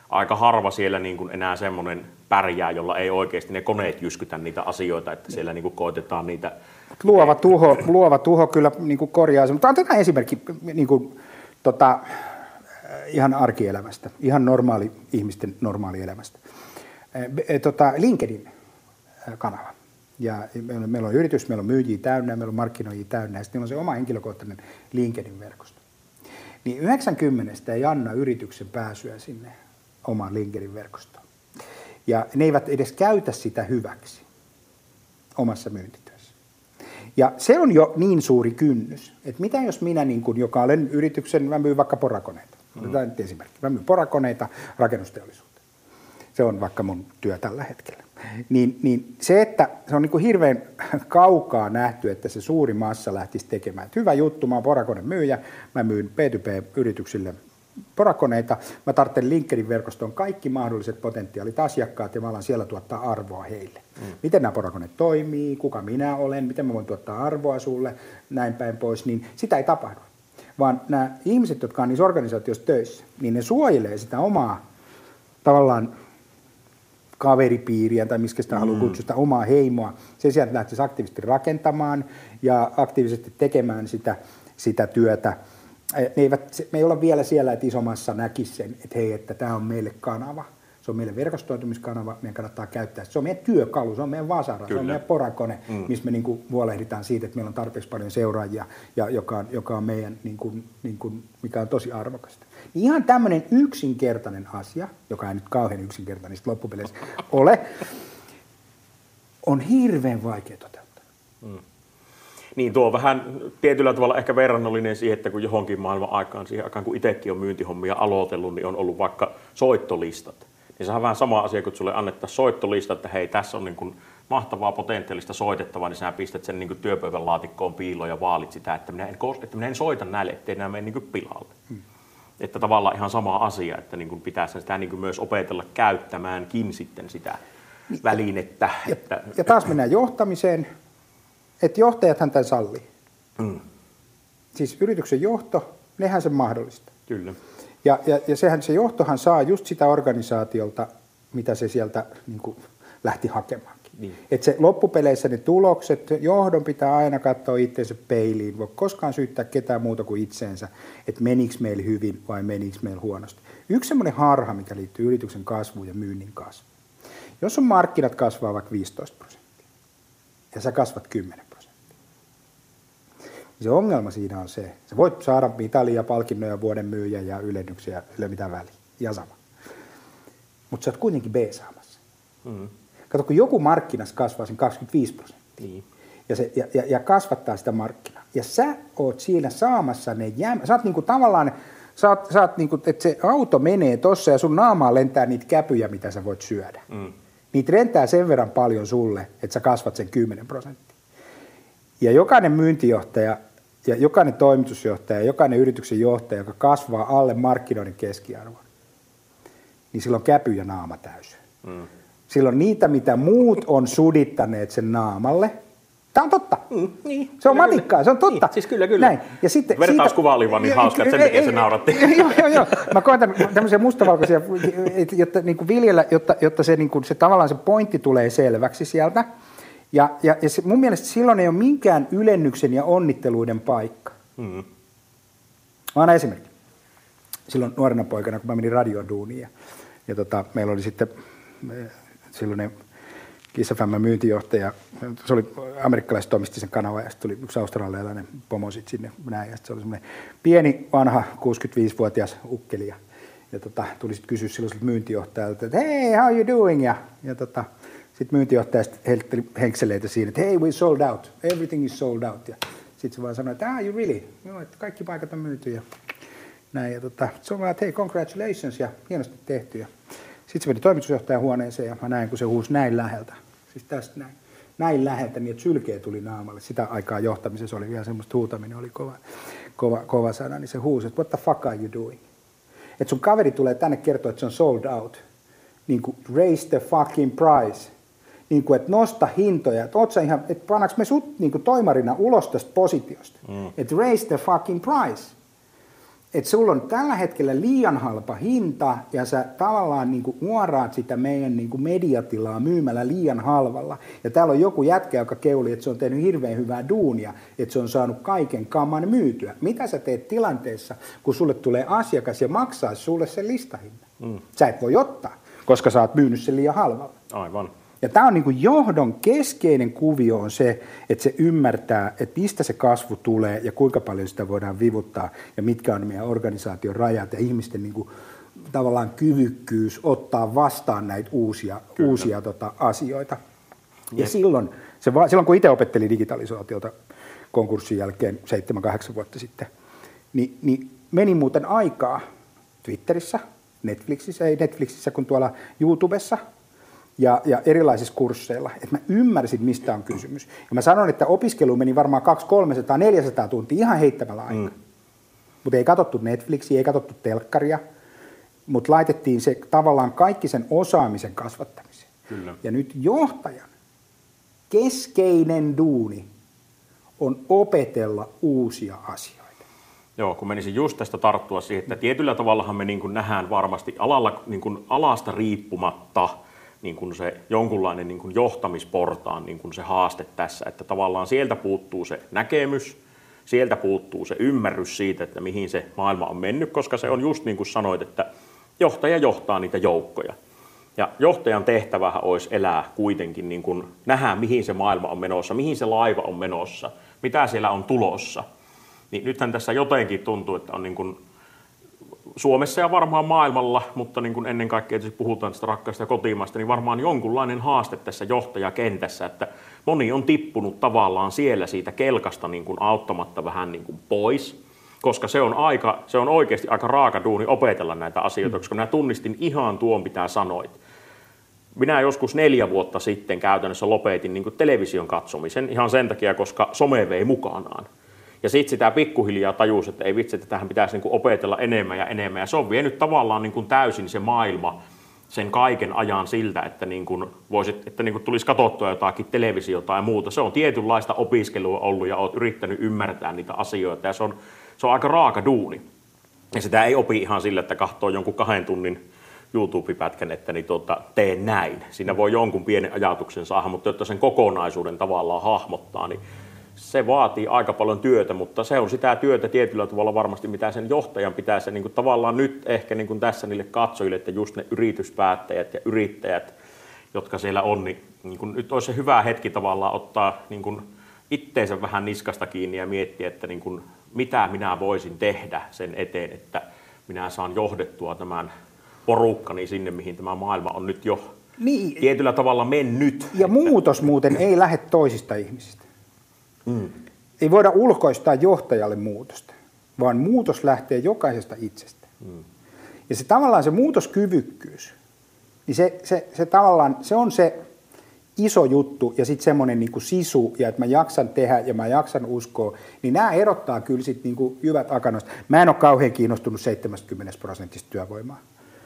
aika harva siellä niin kuin enää semmoinen pärjää, jolla ei oikeasti ne koneet jyskytä niitä asioita, että siellä niin kuin koitetaan niitä. Luova tuho, luova tuho kyllä niin kuin korjaa. Mutta otetaan esimerkki niin kuin, tota, ihan arkielämästä, ihan normaali ihmisten normaalielämästä. Tota, LinkedIn-kanava. Ja meillä on yritys, meillä on myyjiä täynnä, meillä on markkinoijia täynnä, ja sitten on se oma henkilökohtainen LinkedIn-verkosto. Niin yhdeksänkymmentä ei anna yrityksen pääsyä sinne omaan LinkedIn-verkostoon. Ja ne eivät edes käytä sitä hyväksi omassa myyntityössä. Ja se on jo niin suuri kynnys, että mitä jos minä, niin kun, joka olen yrityksen, mä myyn vaikka porakoneita. Otetaan nyt esimerkki. Mä myyn porakoneita rakennusteollisuuteen. Se on vaikka mun työ tällä hetkellä. Niin, niin se, että se on niin kuin hirveän kaukaa nähty, että se suuri massa lähtisi tekemään. Että hyvä juttu, mä oon porakonemyyjä, mä myyn B two B-yrityksille porakoneita, mä tarvitsen LinkedIn-verkostoon kaikki mahdolliset potentiaalit asiakkaat ja mä alan siellä tuottaa arvoa heille. Mm. Miten nämä porakoneet toimii, kuka minä olen, miten mä voin tuottaa arvoa sulle, näin päin pois, niin sitä ei tapahdu. Vaan nämä ihmiset, jotka on niissä organisaatioissa töissä, niin ne suojelee sitä omaa tavallaan kaveripiiriä tai miskä sitä mm. haluaa kutsua sitä omaa heimoa. Sen sijaan, että lähtisi aktiivisesti rakentamaan ja aktiivisesti tekemään sitä, sitä työtä. Ne eivät, me ei olla vielä siellä, että isomassa näkisi sen, että hei, että tämä on meille kanava. Se on meille verkostoitumiskanava, meidän kannattaa käyttää. Se on meidän työkalu, se on meidän vasara, Kyllä. se on meidän porakone, mm. missä me niin kuin huolehditaan siitä, että meillä on tarpeeksi paljon seuraajia, ja joka, on, joka on meidän, niin kuin, niin kuin, mikä on tosi arvokasta. Ihan tämmöinen yksinkertainen asia, joka ei nyt kauhean yksinkertainen loppupeleissä ole, on hirveän vaikea toteuttaa. Mm. Niin, tuo on vähän tietyllä tavalla ehkä verrannollinen siihen, että kun johonkin maailman aikaan, siihen aikaan kun itsekin on myyntihommia aloitellut, niin on ollut vaikka soittolistat. Niin se on vähän sama asia, kun sulle annettaisiin soittolista, että hei, tässä on niin kuin mahtavaa potentiaalista soitettavaa, niin sä pistät sen niin kuin työpöydän laatikkoon piiloon ja vaalit sitä, että minä en, että minä en soita näille, ettei nämä mene niin kuin pilalle. Hmm. Että tavallaan ihan sama asia, että niin kuin pitäisi sitä niin kuin myös opetella käyttämäänkin sitten sitä välinettä. Ja, että, ja taas mennään johtamiseen, että johtajathan tämän sallii. Hmm. Siis yrityksen johto, nehän sen mahdollista. Kyllä. Ja, ja, ja sehän se johtohan saa just sitä organisaatiolta, mitä se sieltä niin kuin lähti hakemaankin. Niin. Että se loppupeleissä ne tulokset, johdon pitää aina katsoa itseensä peiliin, voi koskaan syyttää ketään muuta kuin itseensä, että menikö meillä hyvin vai menikö meillä huonosti. Yksi semmoinen harha, mikä liittyy yrityksen kasvuun ja myynnin kasvuun. Jos on markkinat kasvaa vaikka viisitoista prosenttia ja sä kasvat kymmenen prosenttia, se ongelma siinä on se, sä voit saada mitalia, palkinnoja, vuoden myyjä ja ylennyksiä, yle mitä väliä, ja sama. Mutta sä oot kuitenkin B-saamassa. Mm. Kato, kun joku markkinassa kasvaa sen kaksikymmentäviisi prosenttia mm. ja, se, ja, ja, ja kasvattaa sitä markkinaa, ja sä oot siinä saamassa ne jäämä, sä oot niinku tavallaan, sä oot, sä oot niinku, että se auto menee tossa ja sun naamaan lentää niitä käpyjä, mitä sä voit syödä. Mm. Niitä rentää sen verran paljon sulle, että sä kasvat sen kymmenen prosenttia. Ja jokainen myyntijohtaja ja jokainen toimitusjohtaja ja jokainen yrityksen johtaja, joka kasvaa alle markkinoiden keskiarvon, niin sillä on käpy ja naama täysin. Mm. Sillä on niitä, mitä muut on sudittaneet sen naamalle. Tämä on totta. Mm, niin, se on matikkaa, se on totta. Niin, siis kyllä, kyllä. Näin. Ja sitten, vertauskuva oli vaan niin hauska, että sen takia se nauratti. Joo, joo, joo. Mä koetan tämmöisiä mustavalkoisia, jotta, niin kuin viljellä, jotta, jotta se, niin kuin, se, tavallaan se pointti tulee selväksi sieltä. Ja, ja, ja se, mun mielestä silloin ei ole minkään ylennyksen ja onnitteluiden paikka. Mm. Mä annan esimerkki. Silloin nuorena poikana, kun mä menin radioduuniin ja, ja tota, meillä oli sitten silloinen Kiss F M:n myyntijohtaja, se oli amerikkalaiset toimisti sen kanava ja sitten tuli yksi australialainen pomo sitten sinne näin ja sitten se oli semmoinen pieni vanha kuusikymmentäviisivuotias ukkeli ja, ja tota, tuli sitten kysyä silloiselta myyntijohtajalta, että hei, how you doing? Ja, ja tota, sitten myyntijohtaja heitteli henkseleitä siinä, että hei, we sold out, everything is sold out. Ja sitten se vaan sanoi, että ah, you really, no, että kaikki paikat on myyty ja näin. Ja tota, se on vaan, että hei, congratulations ja hienosti tehty. Ja sitten se meni toimitusjohtajan huoneeseen ja mä näin, kun se huusi näin läheltä. Siis tästä näin. Näin läheltä, niin että sylkeä tuli naamalle. Sitä aikaa johtamisessa oli vielä semmoista huutaminen, oli kova, kova, kova sana, niin se huusi, että what the fuck are you doing? Että sun kaveri tulee tänne kertoa, että se on sold out. Niin kuin raise the fucking price. Niin kuin, että nosta hintoja. Että oot sä ihan, että pannaanko me sut niin kuin toimarina ulos tästä positiosta. Mm. Että raise the fucking price. että sulla on tällä hetkellä liian halpa hinta ja sä tavallaan niin kuin uoraat sitä meidän niin kuin mediatilaa myymällä liian halvalla. Ja täällä on joku jätkä, joka keuli, että se on tehnyt hirveän hyvää duunia, että se on saanut kaiken kaman myytyä. Mitä sä teet tilanteessa, kun sulle tulee asiakas ja maksaa sulle sen listahinnan? Mm. Sä et voi ottaa, koska sä oot myynyt sen liian halvalla. Aivan. Ja tämä on niin kuin johdon keskeinen kuvio on se, että se ymmärtää, että mistä se kasvu tulee ja kuinka paljon sitä voidaan vivuttaa ja mitkä on meidän organisaation rajat ja ihmisten niin kuin tavallaan kyvykkyys ottaa vastaan näitä uusia, uusia tota, asioita. Ja yes. silloin, se, silloin, kun itse opettelin digitalisaatiota konkurssin jälkeen seitsemän kahdeksan vuotta sitten, niin, niin meni muuten aikaa Twitterissä, Netflixissä, ei Netflixissä kuin tuolla YouTubessa, Ja, ja erilaisissa kursseilla, että mä ymmärsin, mistä on kysymys. Ja mä sanon, että opiskeluun meni varmaan kaksisataa, kolmesataa, neljäsataa tuntia ihan heittämällä aikaa. Mm. Mutta ei katsottu Netflixiä, ei katsottu telkkaria, mutta laitettiin se tavallaan kaikki sen osaamisen kasvattamiseen. Kyllä. Ja nyt johtajan keskeinen duuni on opetella uusia asioita. Joo, kun menisin just tästä tarttua siihen, että tietyllä tavallahan me niin kuin nähdään varmasti alalla, niin kuin alasta riippumatta, niin kuin se jonkunlainen niin kuin johtamisportaan niin kuin se haaste tässä, että tavallaan sieltä puuttuu se näkemys, sieltä puuttuu se ymmärrys siitä, että mihin se maailma on mennyt, koska se on just niin kuin sanoit, että johtaja johtaa niitä joukkoja. Ja johtajan tehtävähän olisi elää kuitenkin, niin kuin nähdä mihin se maailma on menossa, mihin se laiva on menossa, mitä siellä on tulossa. Niin nythän tässä jotenkin tuntuu, että on niin kuin Suomessa ja varmaan maailmalla, mutta niin kuin ennen kaikkea, jos puhutaan tästä rakkaasta ja kotimaasta, niin varmaan jonkunlainen haaste tässä johtajakentässä, että moni on tippunut tavallaan siellä siitä kelkasta niin kuin auttamatta vähän niin kuin pois, koska se on, aika, se on oikeasti aika raaka duuni opetella näitä asioita, koska minä tunnistin ihan tuon, mitä sanoit. Minä joskus neljä vuotta sitten käytännössä lopetin niin kuin television katsomisen ihan sen takia, koska some vei mukanaan. Ja sitten sitä pikkuhiljaa tajusi, että ei vitsi, että tähän pitäisi niinku opetella enemmän ja enemmän. Ja se on vienyt tavallaan niinku täysin se maailma sen kaiken ajan siltä, että, niinku voisit, että niinku tulisi katsottua jotakin televisiota tai muuta. Se on tietynlaista opiskelua ollut ja olet yrittänyt ymmärtää niitä asioita. Ja se on, se on aika raaka duuni. Ja sitä ei opi ihan sillä, että katsoo jonkun kahden tunnin YouTube-pätkän, että niin tuota, teen näin. Siinä voi jonkun pienen ajatuksen saada, mutta jotta sen kokonaisuuden tavallaan hahmottaa, niin se vaatii aika paljon työtä, mutta se on sitä työtä tietyllä tavalla varmasti, mitä sen johtajan pitäisi niin kuin tavallaan nyt ehkä niin kuin tässä niille katsojille, että just ne yrityspäättäjät ja yrittäjät, jotka siellä on, niin, niin kuin nyt olisi se hyvä hetki tavallaan ottaa niin kuin itteensä vähän niskasta kiinni ja miettiä, että niin kuin, mitä minä voisin tehdä sen eteen, että minä saan johdettua tämän porukkani sinne, mihin tämä maailma on nyt jo niin tietyllä tavalla mennyt. Ja muutos muuten ei lähde toisista ihmisistä. Mm. Ei voida ulkoistaa johtajalle muutosta, vaan muutos lähtee jokaisesta itsestä. Mm. Ja se tavallaan se muutoskyvykkyys, niin se, se, se tavallaan se on se iso juttu ja sitten semmoinen niin kuin sisu ja että mä jaksan tehdä ja mä jaksan uskoa, niin nämä erottaa kyllä sitten niin kuin jyvät akanoista. Mä en ole kauhean kiinnostunut seitsemänkymmentä prosentista työvoimaa,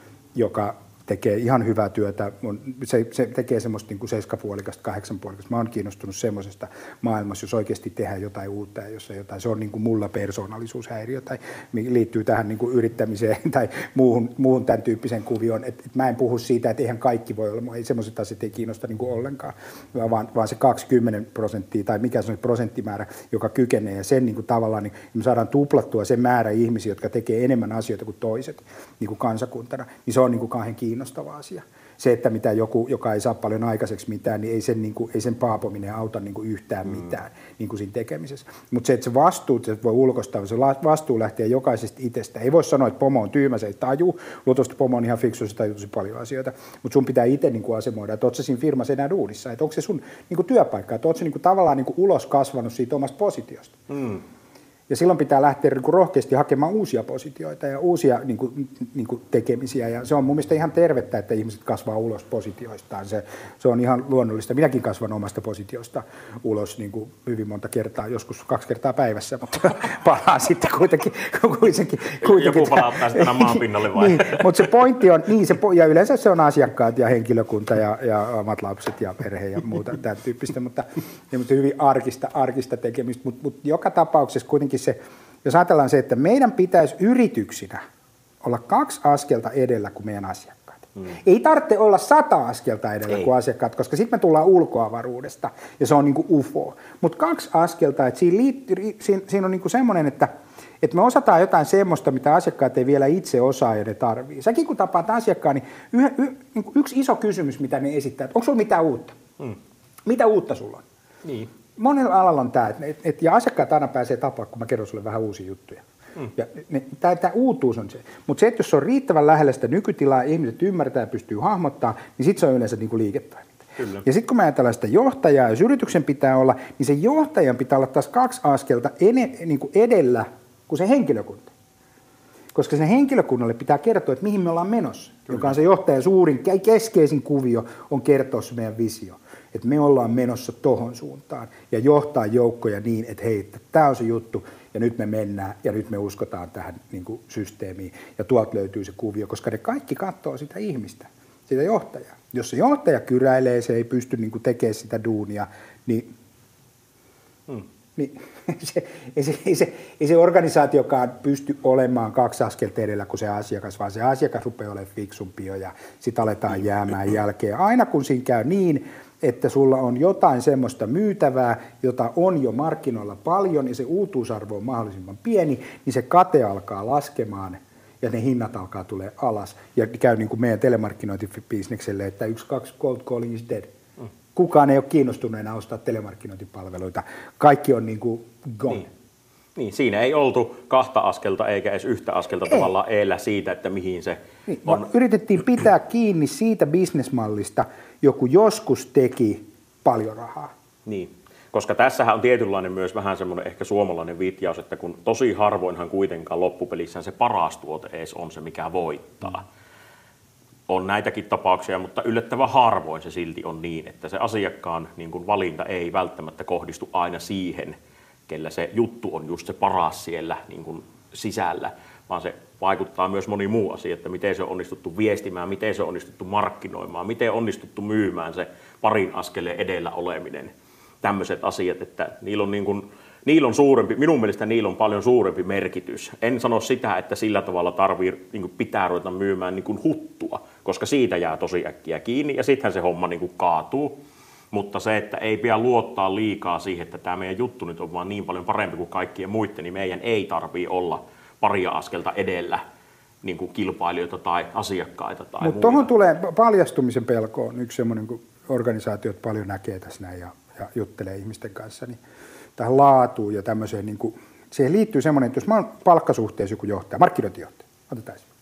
joka tekee ihan hyvää työtä, se, se tekee semmoista niin kuin seiskapuolikasta, kahdeksanpuolikasta. Mä oon kiinnostunut semmoisesta maailmassa, jos oikeasti tehdään jotain uutta ja jos jotain, se on niin kuin mulla persoonallisuushäiriö tai liittyy tähän niin kuin yrittämiseen tai muuhun, muuhun tämän tyyppiseen kuvioon. Et, et mä en puhu siitä, että eihän kaikki voi olla, ei semmoiset asiat ei kiinnosta niin kuin ollenkaan, vaan, vaan se kaksikymmentä prosenttia tai mikä se on se prosenttimäärä, joka kykenee ja sen niin kuin tavallaan, niin me saadaan tuplattua se määrä ihmisiä, jotka tekee enemmän asioita kuin toiset niin kuin kansakuntana, niin se on niin kuin kauhean kiinnostava asia. Se, että mitä joku, joka ei saa paljon aikaiseksi mitään, niin ei sen, niin kuin, ei sen paapominen auta niin kuin yhtään mitään niin kuin siinä tekemisessä. Mutta se, että se vastuu, se voi ulkoistaa, se vastuu lähtee jokaisesta itsestä. Ei voi sanoa, että pomo on tyhmä, se ei taju. Luultavasti pomo on ihan fiksu, se tajuu tosi paljon asioita. Mutta sun pitää itse niin kuin asemoida, että oot sä siinä firmassa enää duunissa, että onko se sun niin kuin työpaikka, että oot sä niin kuin tavallaan niin kuin ulos kasvanut siitä omasta positiosta. Mm. Ja silloin pitää lähteä rohkeasti hakemaan uusia positioita ja uusia niin kuin, niin kuin tekemisiä. Ja se on mun mielestä ihan tervettä, että ihmiset kasvaa ulos positioistaan. Se, se on ihan luonnollista. Minäkin kasvan omasta positiosta ulos niin kuin hyvin monta kertaa, joskus kaksi kertaa päivässä, mutta palaan sitten kuitenkin. kuitenkin, kuitenkin Joku palauttaa sitten maan pinnalle vai? Niin, mutta se pointti on, niin se, ja yleensä se on asiakkaat ja henkilökunta ja, ja omat lapset ja perhe ja muuta tämän tyyppistä, mutta, mutta hyvin arkista, arkista tekemistä. Mutta mut joka tapauksessa kuitenkin se, jos ajatellaan se, että meidän pitäisi yrityksinä olla kaksi askelta edellä kuin meidän asiakkaat. Mm. Ei tarvitse olla sata askelta edellä Ei. kuin asiakkaat, koska sitten me tullaan ulkoavaruudesta ja se on niin kuin U F O. Mutta kaksi askelta, että siinä, liittyy, siinä, siinä on niin kuin semmoinen, että, että me osataan jotain semmoista, mitä asiakkaat ei vielä itse osaa ja ne tarvii. Säkin kun tapaat asiakkaan, niin, yh, yh, niin kuin yksi iso kysymys, mitä ne esittää, että onko sulla mitään uutta? Mm. Mitä uutta sulla on? Niin. Monella alalla on tämä, että et, et, ja asiakkaat aina pääsee tapaa, kun mä kerron sulle vähän uusia juttuja. Mm. Ja tämä uutuus on se. Mutta se, että jos se on riittävän lähellä sitä nykytilaa, ihmiset ymmärtää ja pystyy hahmottaa, niin sitten se on yleensä niinku liiketoiminta. Kyllä. Ja sitten kun mä ajatellaan sitä johtajaa, jos yrityksen pitää olla, niin se johtajan pitää olla taas kaksi askelta ene, niinku edellä kuin se henkilökunta. Koska sen henkilökunnalle pitää kertoa, että mihin me ollaan menossa. Kyllä. Joka on se johtajan suurin, keskeisin kuvio, on kertoa se meidän visio. Että me ollaan menossa tohon suuntaan ja johtaa joukkoja niin, että hei, tämä on se juttu ja nyt me mennään ja nyt me uskotaan tähän niin kuin systeemiin ja tuolta löytyy se kuvio, koska ne kaikki katsoo sitä ihmistä, sitä johtajaa. Jos se johtaja kyräilee, se ei pysty niin kuin tekemään sitä duunia, niin, hmm. niin se, ei, se, ei, se, ei se organisaatiokaan pysty olemaan kaksi askelta edellä kuin se asiakas, vaan se asiakas rupeaa olemaan fiksumpi jo ja sitten aletaan jäämään jälkeen. Aina kun siinä käy niin, että sulla on jotain semmoista myytävää, jota on jo markkinoilla paljon ja se uutuusarvo on mahdollisimman pieni, niin se kate alkaa laskemaan ja ne hinnat alkaa tulee alas. Ja käy niin kuin meidän telemarkkinointibisnekselle, että yksi, kaksi, cold calling is dead. Mm. Kukaan ei ole kiinnostunut enää ostaa telemarkkinointipalveluita. Kaikki on niin kuin gone. Niin. Niin, siinä ei oltu kahta askelta eikä edes yhtä askelta ei. Tavallaan eellä siitä, että mihin se niin, on. Yritettiin pitää kiinni siitä bisnesmallista, joku joskus teki paljon rahaa. Niin, koska tässähän on tietynlainen myös vähän semmoinen ehkä suomalainen viitjaus, että kun tosi harvoinhan kuitenkaan loppupelissään se paras tuote edes on se, mikä voittaa. Mm. On näitäkin tapauksia, mutta yllättävän harvoin se silti on niin, että se asiakkaan niin kuin valinta ei välttämättä kohdistu aina siihen, kellä se juttu on just se paras siellä niin kuin sisällä, vaan se vaikuttaa myös moni muu asia, että miten se on onnistuttu viestimään, miten se on onnistuttu markkinoimaan, miten on onnistuttu myymään se parin askeleen edellä oleminen. Tämmöiset asiat, että niillä on, niin kuin, niillä on suurempi, minun mielestä niillä on paljon suurempi merkitys. En sano sitä, että sillä tavalla tarvii, niin kuin pitää ruveta myymään niin kuin huttua, koska siitä jää tosi äkkiä kiinni ja sittenhän se homma niin kuin kaatuu. Mutta se, että ei pidä luottaa liikaa siihen, että tämä meidän juttu nyt on vaan niin paljon parempi kuin kaikkien muiden, niin meidän ei tarvitse olla paria askelta edellä niin kuin kilpailijoita tai asiakkaita tai Mutta tuohon tulee paljastumisen pelkoon yksi semmoinen, kun organisaatiot paljon näkee tässä näin ja, ja juttelee ihmisten kanssa, niin tähän laatuun ja tämmöiseen, niin kuin, siihen liittyy semmoinen, että jos mä oon palkkasuhteessa joku johtaja, markkinointijohtaja, otetaan esimerkiksi.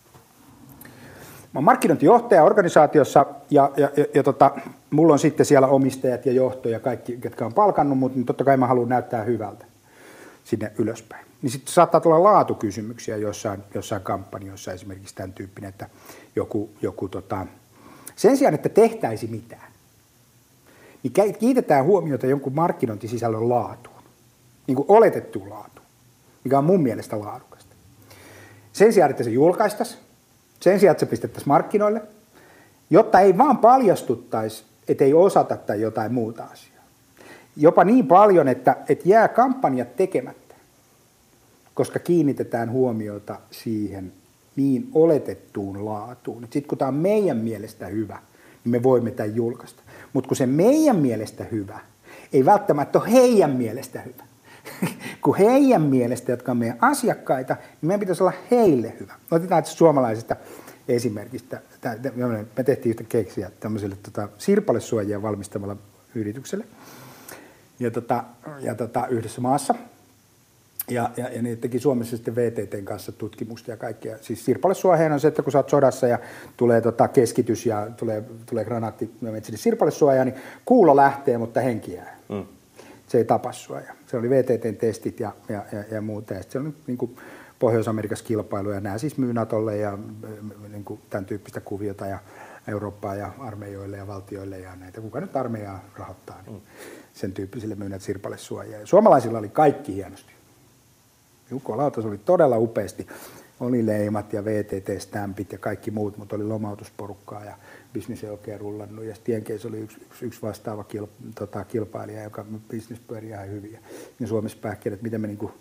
Mä oon markkinointijohtaja organisaatiossa ja, ja, ja, ja tota, mulla on sitten siellä omistajat ja johto ja kaikki, ketkä on palkannut, mutta niin totta kai mä haluan näyttää hyvältä sinne ylöspäin. Niin sitten saattaa tulla laatukysymyksiä jossain, jossain kampanjoissa esimerkiksi tämän tyyppinen, että joku, joku tota, sen sijaan, että tehtäisi mitään, niin kiinnitetään huomiota jonkun markkinointisisällön laatuun, niin kuin oletettuun laatuun, mikä on mun mielestä laadukasta. Sen sijaan, että se julkaistaisiin, sen sijaan, että se pistettäisiin markkinoille, jotta ei vaan paljastuttaisi, että ei osata tai jotain muuta asiaa. Jopa niin paljon, että, että jää kampanjat tekemättä, koska kiinnitetään huomiota siihen niin oletettuun laatuun. Sitten kun tämä on meidän mielestä hyvä, niin me voimme tämän julkaista. Mutta kun se meidän mielestä hyvä, ei välttämättä ole heidän mielestä hyvä. Kun heidän mielestä, jotka on meidän asiakkaita, niin meidän pitäisi olla heille hyvä. Otetaan suomalaisesta esimerkistä. Me tehtiin yhtä keksiä tämmöiselle tota, sirpalesuojia valmistamalla yritykselle ja, tota, ja tota, yhdessä maassa. Ja, ja, ja ne teki Suomessa sitten V T T:n kanssa tutkimusta ja kaikkea. Siis sirpalesuojahan on se, että kun sä oot sodassa ja tulee tota, keskitys ja tulee, tulee granaatti sinne sirpalesuojaan, niin kuulo lähtee, mutta henki jää. Mm. Se ei tapa sua. Ja se oli V T T:n testit ja, ja, ja, ja muuta. Ja se oli niin kuin Pohjois-Amerikassa kilpailu ja nämä siis myy Natolle ja niin kuin tämän tyyppistä kuviota ja Eurooppaa ja armeijoille ja valtioille ja näitä. Kuka nyt armeijaa rahoittaa, niin sen tyyppisille myynnät sirpalesuojia. Ja suomalaisilla oli kaikki hienosti. Jukolautas oli todella upeasti. Oli leimat ja V T T-stämpit ja kaikki muut, mutta oli lomautusporukkaa ja bisnes ei oikein rullannut. Ja Tienkeissä oli yksi, yksi, yksi vastaava kilp, tota, kilpailija, joka bisnes pyöri ihan hyvin. Ja Suomessa pähkinä, että miten me niinku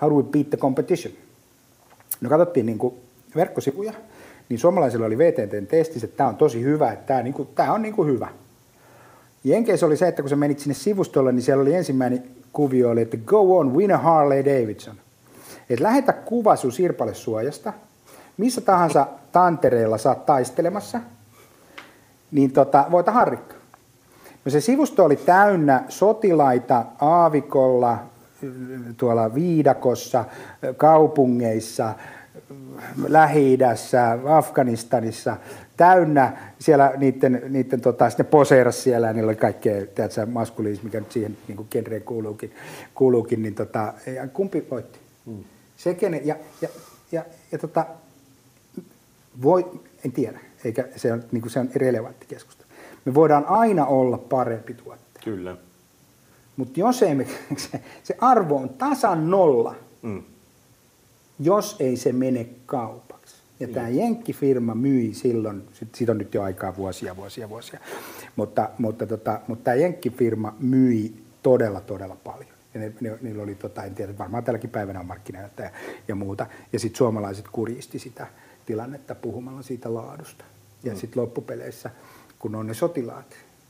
how do we beat the competition? No katsottiin niin kuin verkkosivuja, niin suomalaisilla oli V T T:n testissä, että tämä on tosi hyvä, että tämä, niin kuin, tämä on niin kuin hyvä. Jenkeissä oli se, että kun sä menit sinne sivustolle, niin siellä oli ensimmäinen kuvio, oli, että go on, win a Harley Davidson. Että lähetä kuva sun sirpalesuojasta, missä tahansa tantereella sä oot taistelemassa, niin tota, voita harrikka. No se sivusto oli täynnä sotilaita aavikolla, tuolla viidakossa, kaupungeissa, Lähi-idässä, Afganistanissa, täynnä siellä niiden, niiden tota, sitten poseeras siellä ja niillä oli kaikkea, tiedätkö, maskuliinis, mikä nyt siihen niin kuin genreen kuuluukin, kuuluukin niin tota, ja kumpi voitti? Mm. Se, kenen, ja, ja, ja, ja tota, voi, en tiedä, eikä se on, niin kuin se on relevantti keskustelu. Me voidaan aina olla parempi tuottaja. Kyllä. Mutta jos ei me, se, se arvo on tasan nolla, mm. jos ei se mene kaupaksi. Ja mm. tämä jenkkifirma myi silloin, siitä on nyt jo aikaa vuosia, vuosia, vuosia, mutta, mutta, tota, mutta tämä jenkkifirma myi todella, todella paljon. Ja ne, ne, niillä oli, tota, en tiedä, varmaan tälläkin päivänä on markkinoita ja, ja muuta. Ja sitten suomalaiset kuristi sitä tilannetta puhumalla siitä laadusta. Ja mm. sitten loppupeleissä, kun on ne sotilaat,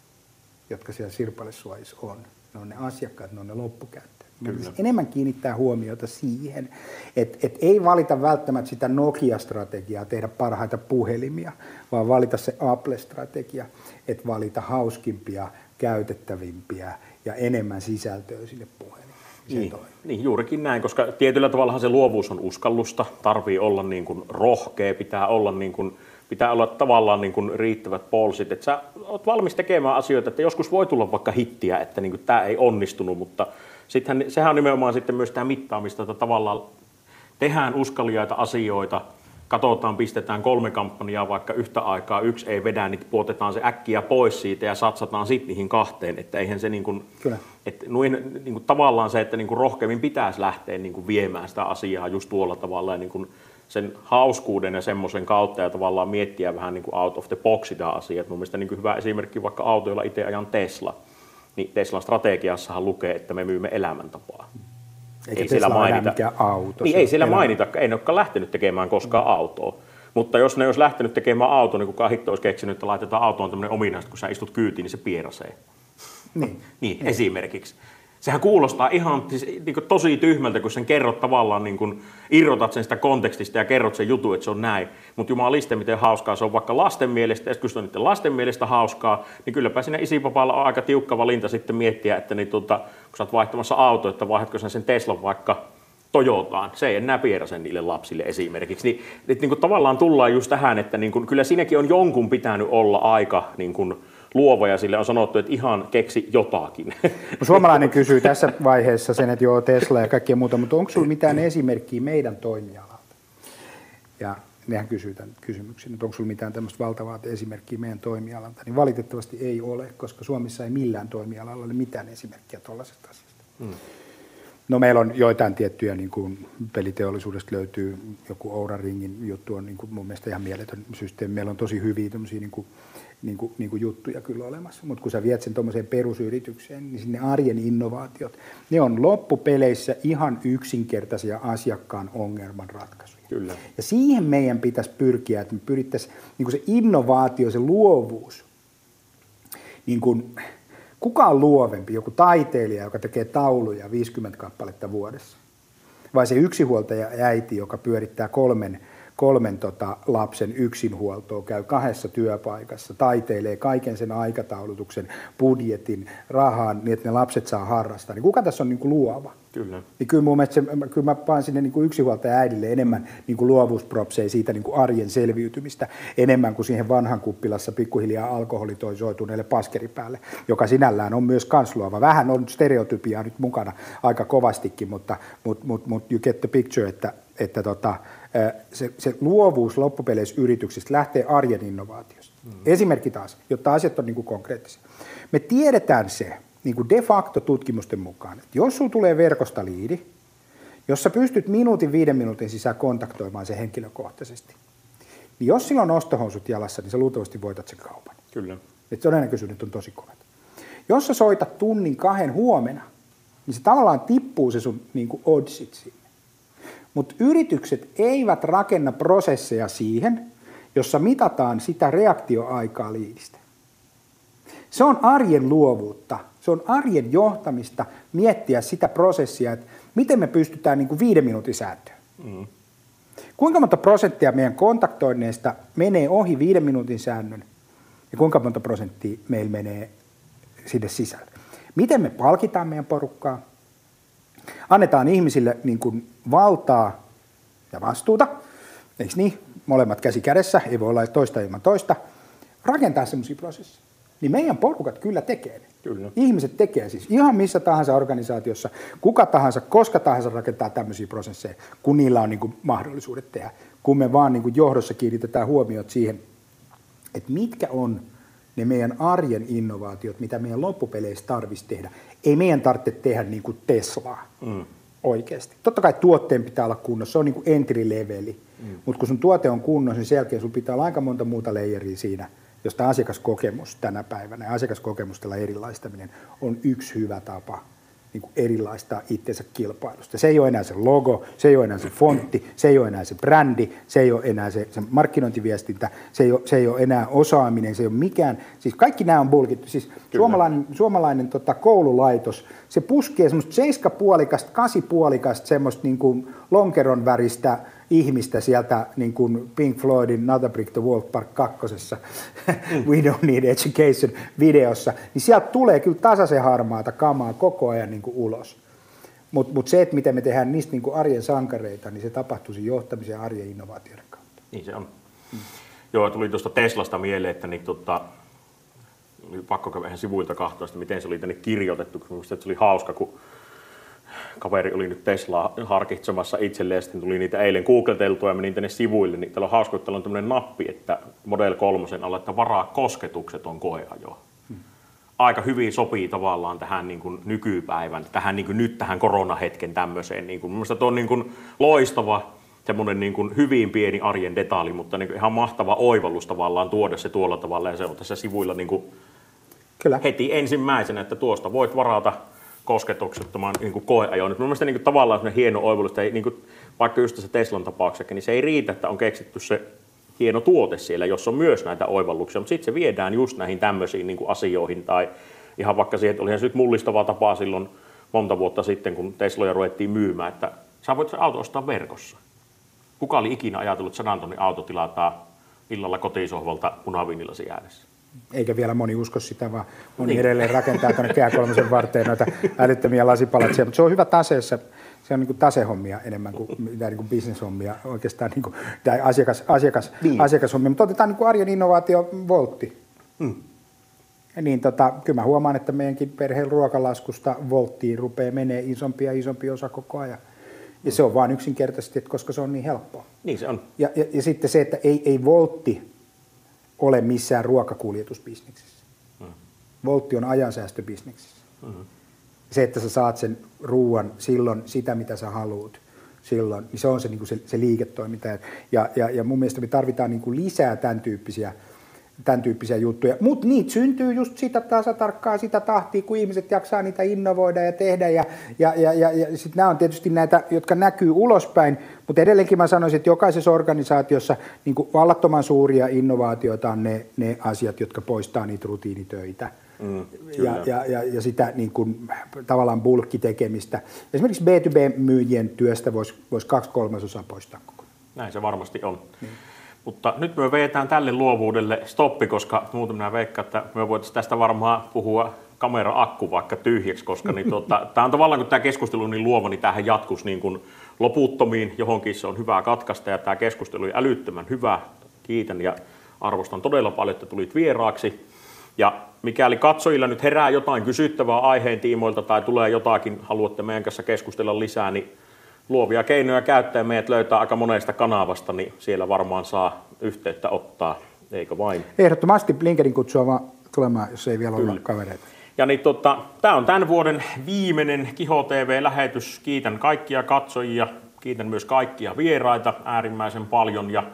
jotka siellä sirpalesuojissa on, ne on ne asiakkaat, ne on ne loppukäyttäjät. Enemmän kiinnittää huomiota siihen, että et ei valita välttämättä sitä Nokia-strategiaa tehdä parhaita puhelimia, vaan valita se Apple-strategia, että valita hauskimpia, käytettävimpiä ja enemmän sisältöä sille puhelimelle. Niin, niin, juurikin näin, koska tietyllä tavallahan se luovuus on uskallusta, tarvii olla niin kuin rohkea, pitää olla niin kuin Pitää olla tavallaan niin kuin riittävät polsit, että sä oot valmis tekemään asioita, että joskus voi tulla vaikka hittiä, että niin kuin tämä ei onnistunut, mutta sittenhän, sehän on nimenomaan sitten myös tämä mittaamista, että tavallaan tehdään uskaliaita asioita, katsotaan, pistetään kolme kampanjaa vaikka yhtä aikaa, yksi ei vedä, niin puotetaan se äkkiä pois siitä ja satsataan sitten niihin kahteen, että eihän se niin kuin, että noin, niin kuin tavallaan se, että niin kuin rohkeammin pitäisi lähteä niin kuin viemään sitä asiaa just tuolla tavalla ja niin kuin sen hauskuuden ja semmoisen kautta ja tavallaan miettiä vähän niin kuin out of the box sitä asiaa. Mun mielestä niin kuin hyvä esimerkki vaikka auto, jolla itse ajan Tesla. Niin Teslan strategiassahan lukee, että me myymme elämäntapaa. Eikä ei Tesla siellä mainita mikään auto. Niin ei siellä elämä. mainita, ei ne olekaan lähtenyt tekemään koskaan mm. autoa. Mutta jos ne olisi lähtenyt tekemään autoa, niin kukaan hitto olisi keksinyt, että laitetaan autoon tämmöinen ominaista, kun sä istut kyytiin, niin se pierasee. Niin. niin, niin. Esimerkiksi. Sehän kuulostaa ihan siis, niin kuin tosi tyhmältä, kun sen kerrot tavallaan, niin kuin, irrotat sen sitä kontekstista ja kerrot sen jutun, että se on näin. Mutta jumaliste, miten hauskaa se on vaikka lasten mielestä, ja kun se on niiden lasten mielestä hauskaa, niin kylläpä siinä isipapalla on aika tiukka valinta sitten miettiä, että niin, tuota, kun sä oot vaihtamassa auto, että vaihdatko sen sen Teslan vaikka Toyotaan. Se ei enää pieräse niille lapsille esimerkiksi. Niin, että, niin kuin, tavallaan tullaan just tähän, että niin kuin, kyllä siinäkin on jonkun pitänyt olla aika niin kuin, luova ja sille on sanottu, että ihan keksi jotakin. Suomalainen kysyy tässä vaiheessa sen, että joo Tesla ja kaikkea muuta, mutta onko sinulla mitään esimerkkiä meidän toimialalta? Ja nehän kysyy tämän kysymyksen, että onko sinulla mitään tämmöistä valtavaa esimerkkiä meidän toimialalta, niin valitettavasti ei ole, koska Suomessa ei millään toimialalla ole mitään esimerkkiä tuollaisesta asiasta. Hmm. No meillä on joitain tiettyjä, niin kuin peliteollisuudesta löytyy joku Oura Ringin juttu, on niin kuin mun mielestä ihan mieletön systeemi. Meillä on tosi hyviä tämmöisiä niin kuin, niin kuin, niin kuin juttuja kyllä olemassa, mutta kun sä viet sen tuommoiseen perusyritykseen, niin sinne arjen innovaatiot, ne on loppupeleissä ihan yksinkertaisia asiakkaan ongelman ratkaisuja. Kyllä. Ja siihen meidän pitäisi pyrkiä, että me pyrittäisiin niin kuin se innovaatio, se luovuus, niin kuin, kuka on luovempi, joku taiteilija, joka tekee tauluja viisikymmentä kappaletta vuodessa, vai se yksinhuoltaja äiti, joka pyörittää kolmen, kolmen tota, lapsen yksinhuoltoa, käy kahdessa työpaikassa, taiteilee kaiken sen aikataulutuksen, budjetin, rahan, niin että ne lapset saa harrastaa. Niin kuka tässä on niin kuin luova? Kyllä. Niin kyllä mun mielestä se, kyllä mä paan sinne niin kuin yksinhuoltaja äidille enemmän niin kuin luovuuspropseja siitä niin kuin arjen selviytymistä, enemmän kuin siihen vanhan kuppilassa pikkuhiljaa alkoholi toi soituneelle paskeripäälle, joka sinällään on myös kans luova. Vähän on stereotypiaa nyt mukana aika kovastikin, mutta, mutta, mutta, mutta you get the picture, että, että tota, se, se luovuus loppupeleissä yrityksistä lähtee arjen innovaatiosta. Mm-hmm. Esimerkki taas, jotta asiat on niin kuin konkreettisia. Me tiedetään se, niin kuin de facto tutkimusten mukaan, että jos sulla tulee verkosta liidi, jos sä pystyt minuutin, viiden minuutin sisään kontaktoimaan sen henkilökohtaisesti, niin jos sillä on ostohousut jalassa, niin sä luultavasti voitat sen kaupan. Kyllä. Että todennäköisyydet on tosi kovat. Jos sä soitat tunnin kahden huomenna, niin se tavallaan tippuu se sun niin kuin oddsit sinne. Mutta yritykset eivät rakenna prosesseja siihen, jossa mitataan sitä reaktioaikaa liidistä. Se on arjen luovuutta, se on arjen johtamista miettiä sitä prosessia, että miten me pystytään niin kuin viiden minuutin sääntöön. Mm. Kuinka monta prosenttia meidän kontaktoinneista menee ohi viiden minuutin säännön ja kuinka monta prosenttia meillä menee sinne sisälle. Miten me palkitaan meidän porukkaa? Annetaan ihmisille niin kuin valtaa ja vastuuta, eikö niin? Molemmat käsi kädessä, ei voi olla toista ilman toista. Rakentaa semmoisia prosesseja. Niin meidän porukat kyllä tekee ne. Kyllä. Ihmiset tekee siis ihan missä tahansa organisaatiossa, kuka tahansa, koska tahansa rakentaa tämmöisiä prosesseja, kun niillä on niin kuin mahdollisuudet tehdä. Kun me vaan niin kuin johdossa kiinnitetään huomiot siihen, että mitkä on ne meidän arjen innovaatiot, mitä meidän loppupeleissä tarvitsisi tehdä. Ei meidän tarvitse tehdä niin kuin Teslaa mm. oikeasti. Totta kai tuotteen pitää olla kunnossa, se on niin kuin entry leveli. Mm. Mutta kun sun tuote on kunnossa, niin sen jälkeen sun pitää olla aika monta muuta layeria siinä, josta asiakaskokemus tänä päivänä ja asiakaskokemusten erilaistaminen on yksi hyvä tapa niin kuin erilaistaa itsensä kilpailusta. Se ei ole enää se logo, se ei ole enää se fontti, se ei ole enää se brändi, se ei ole enää se, se markkinointiviestintä, se ei, ole, se ei ole enää osaaminen, se ei ole mikään. Siis kaikki nämä on bulkittu. Siis suomalainen suomalainen tota, koululaitos, se puskee semmoista seiskapuolikasta, kasipuolikasta semmoista niin kuin lonkeron väristä ihmistä sieltä niin kuin Pink Floydin Not a Brick the Wall Part kakkosessa We Don't Need Education videossa, niin sieltä tulee kyllä tasaisen harmaata kamaa koko ajan niin kuin ulos. Mutta mut se, että miten me tehdään niistä niin kuin arjen sankareita, niin se tapahtuu sen johtamisen ja arjen innovaatioiden kautta. Niin se on. Hmm. Joo, tuli tuosta Teslasta mieleen, että niin, tota, oli pakko käydä ihan sivuilta katsoa, miten se oli tänne kirjoitettu. Minusta se oli hauska, kun kaveri oli nyt Teslaa harkitsemassa itselleen ja sitten tuli niitä eilen googleteltua ja menin tänne sivuille. Niin täällä on hauska, että täällä on tämmöinen nappi, että Model kolme alla, että varaa kosketukset on koeajoa. Hmm. Aika hyvin sopii tavallaan tähän niin kuin nykypäivän, tähän niin kuin nyt tähän koronahetken tämmöiseen. Niin kuin, mielestäni on niin kuin loistava, semmoinen niin kuin hyvin pieni arjen detaali, mutta niin kuin ihan mahtava oivallus tavallaan tuoda se tuolla tavalla ja se on tässä sivuilla niin kuin Kyllä. heti ensimmäisenä, että tuosta voit varata kosketuksettoman niin koeajoon. Mielestäni niin kuin, tavallaan semmoinen hieno oivallus, että ei, niin kuin, vaikka just tässä Teslan tapauksessa, niin se ei riitä, että on keksitty se hieno tuote siellä, jossa on myös näitä oivalluksia, mutta sitten se viedään just näihin tämmöisiin niin kuin asioihin tai ihan vaikka siihen, että olihan se nyt mullistava tapa silloin monta vuotta sitten, kun Tesloja ruvettiin myymään, että sä voit se auto ostaa verkossa. Kuka oli ikinä ajatellut, että sadan tonnin auto tilataan illalla kotisohvalta punaviinillasi äänessä? Eikä vielä moni usko sitä, vaan moni niin. edelleen rakentaa tuonne Kehä kolmosen varteen noita älyttömiä lasipalatsia, mutta se on hyvä taseessa. Se on niin kuin tasehommia enemmän kuin, niin kuin bisneshommia, oikeastaan niin kuin, tai asiakas, asiakas, niin. asiakashommia. Mutta otetaan niin kuin arjen innovaatio Voltti. Hmm. Ja niin, tota, kyllä mä huomaan, että meidänkin perheen ruokalaskusta Volttiin rupeaa menee isompi ja isompi osa koko ajan. Ja se on vaan yksinkertaisesti, että koska se on niin helppoa. Niin se on. Ja, ja, ja sitten se, että ei, ei Voltti ole missään ruokakuljetusbisneksessä. Hmm. Voltti on ajansäästöbisneksessä. Hmm. Se, että sä saat sen ruuan silloin sitä, mitä sä haluat silloin, niin se on se, niin kuin se, se liiketoiminta. Ja, ja, ja mun mielestä me tarvitaan niin kuin lisää tämän tyyppisiä, tämän tyyppisiä juttuja. Mutta niitä syntyy just sitä tasatarkkaa, sitä tahtia, kun ihmiset jaksaa niitä innovoida ja tehdä. Ja, ja, ja, ja, ja sitten nämä on tietysti näitä, jotka näkyy ulospäin. Mutta edelleenkin mä sanoisin, että jokaisessa organisaatiossa niin kuin vallattoman suuria innovaatioita on ne, ne asiat, jotka poistaa niitä rutiinitöitä. Mm, ja, ja, ja, ja sitä niin kuin, tavallaan bulkkitekemistä. Esimerkiksi B to B-myyjien työstä voisi vois kaksi kolmasosaa poistaa koko. Näin se varmasti on. Mm. Mutta nyt me vedetään tälle luovuudelle stoppi, koska muuten minä veikkaan, että me voitaisiin tästä varmaan puhua kamera-akku vaikka tyhjäksi, koska niin tuota, tämä on tavallaan, kun tämä keskustelu on niin luova, niin tämähän jatkuisi niin kuin loputtomiin, johonkin se on hyvä katkaista ja tämä keskustelu on älyttömän hyvä. Kiitän ja arvostan todella paljon, että tulit vieraaksi. Ja mikäli katsojilla nyt herää jotain kysyttävää aiheen tiimoilta tai tulee jotakin, haluatte meidän kanssa keskustella lisää, niin luovia keinoja käyttää meidät löytää aika monesta kanavasta, niin siellä varmaan saa yhteyttä ottaa, eikö vain? Ehdottomasti LinkedIn kutsua vaan tulemaan, jos ei vielä Kyllä. ole kavereita. Ja niin tota, tämä on tämän vuoden viimeinen Kiho T V-lähetys. Kiitän kaikkia katsojia, kiitän myös kaikkia vieraita äärimmäisen paljon ja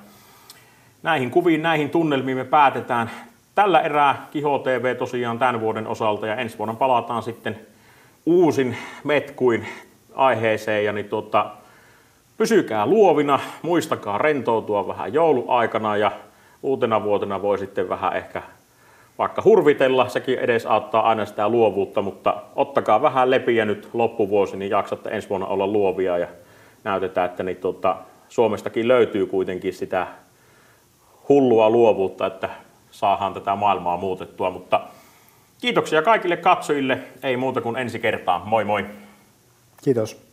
näihin kuviin, näihin tunnelmiin me päätetään tällä erää Kiho T V tosiaan tämän vuoden osalta ja ensi vuonna palataan sitten uusin metkuin aiheeseen ja niin tuota, pysykää luovina, muistakaa rentoutua vähän jouluaikana ja uutena vuotena voi sitten vähän ehkä vaikka hurvitella, sekin edes auttaa aina sitä luovuutta, mutta ottakaa vähän lepiä nyt loppuvuosi, niin jaksatte ensi vuonna olla luovia ja näytetään, että niin tuota, Suomestakin löytyy kuitenkin sitä hullua luovuutta, että saadaan tätä maailmaa muutettua, mutta kiitoksia kaikille katsojille, ei muuta kuin ensi kertaan, moi moi! Kiitos.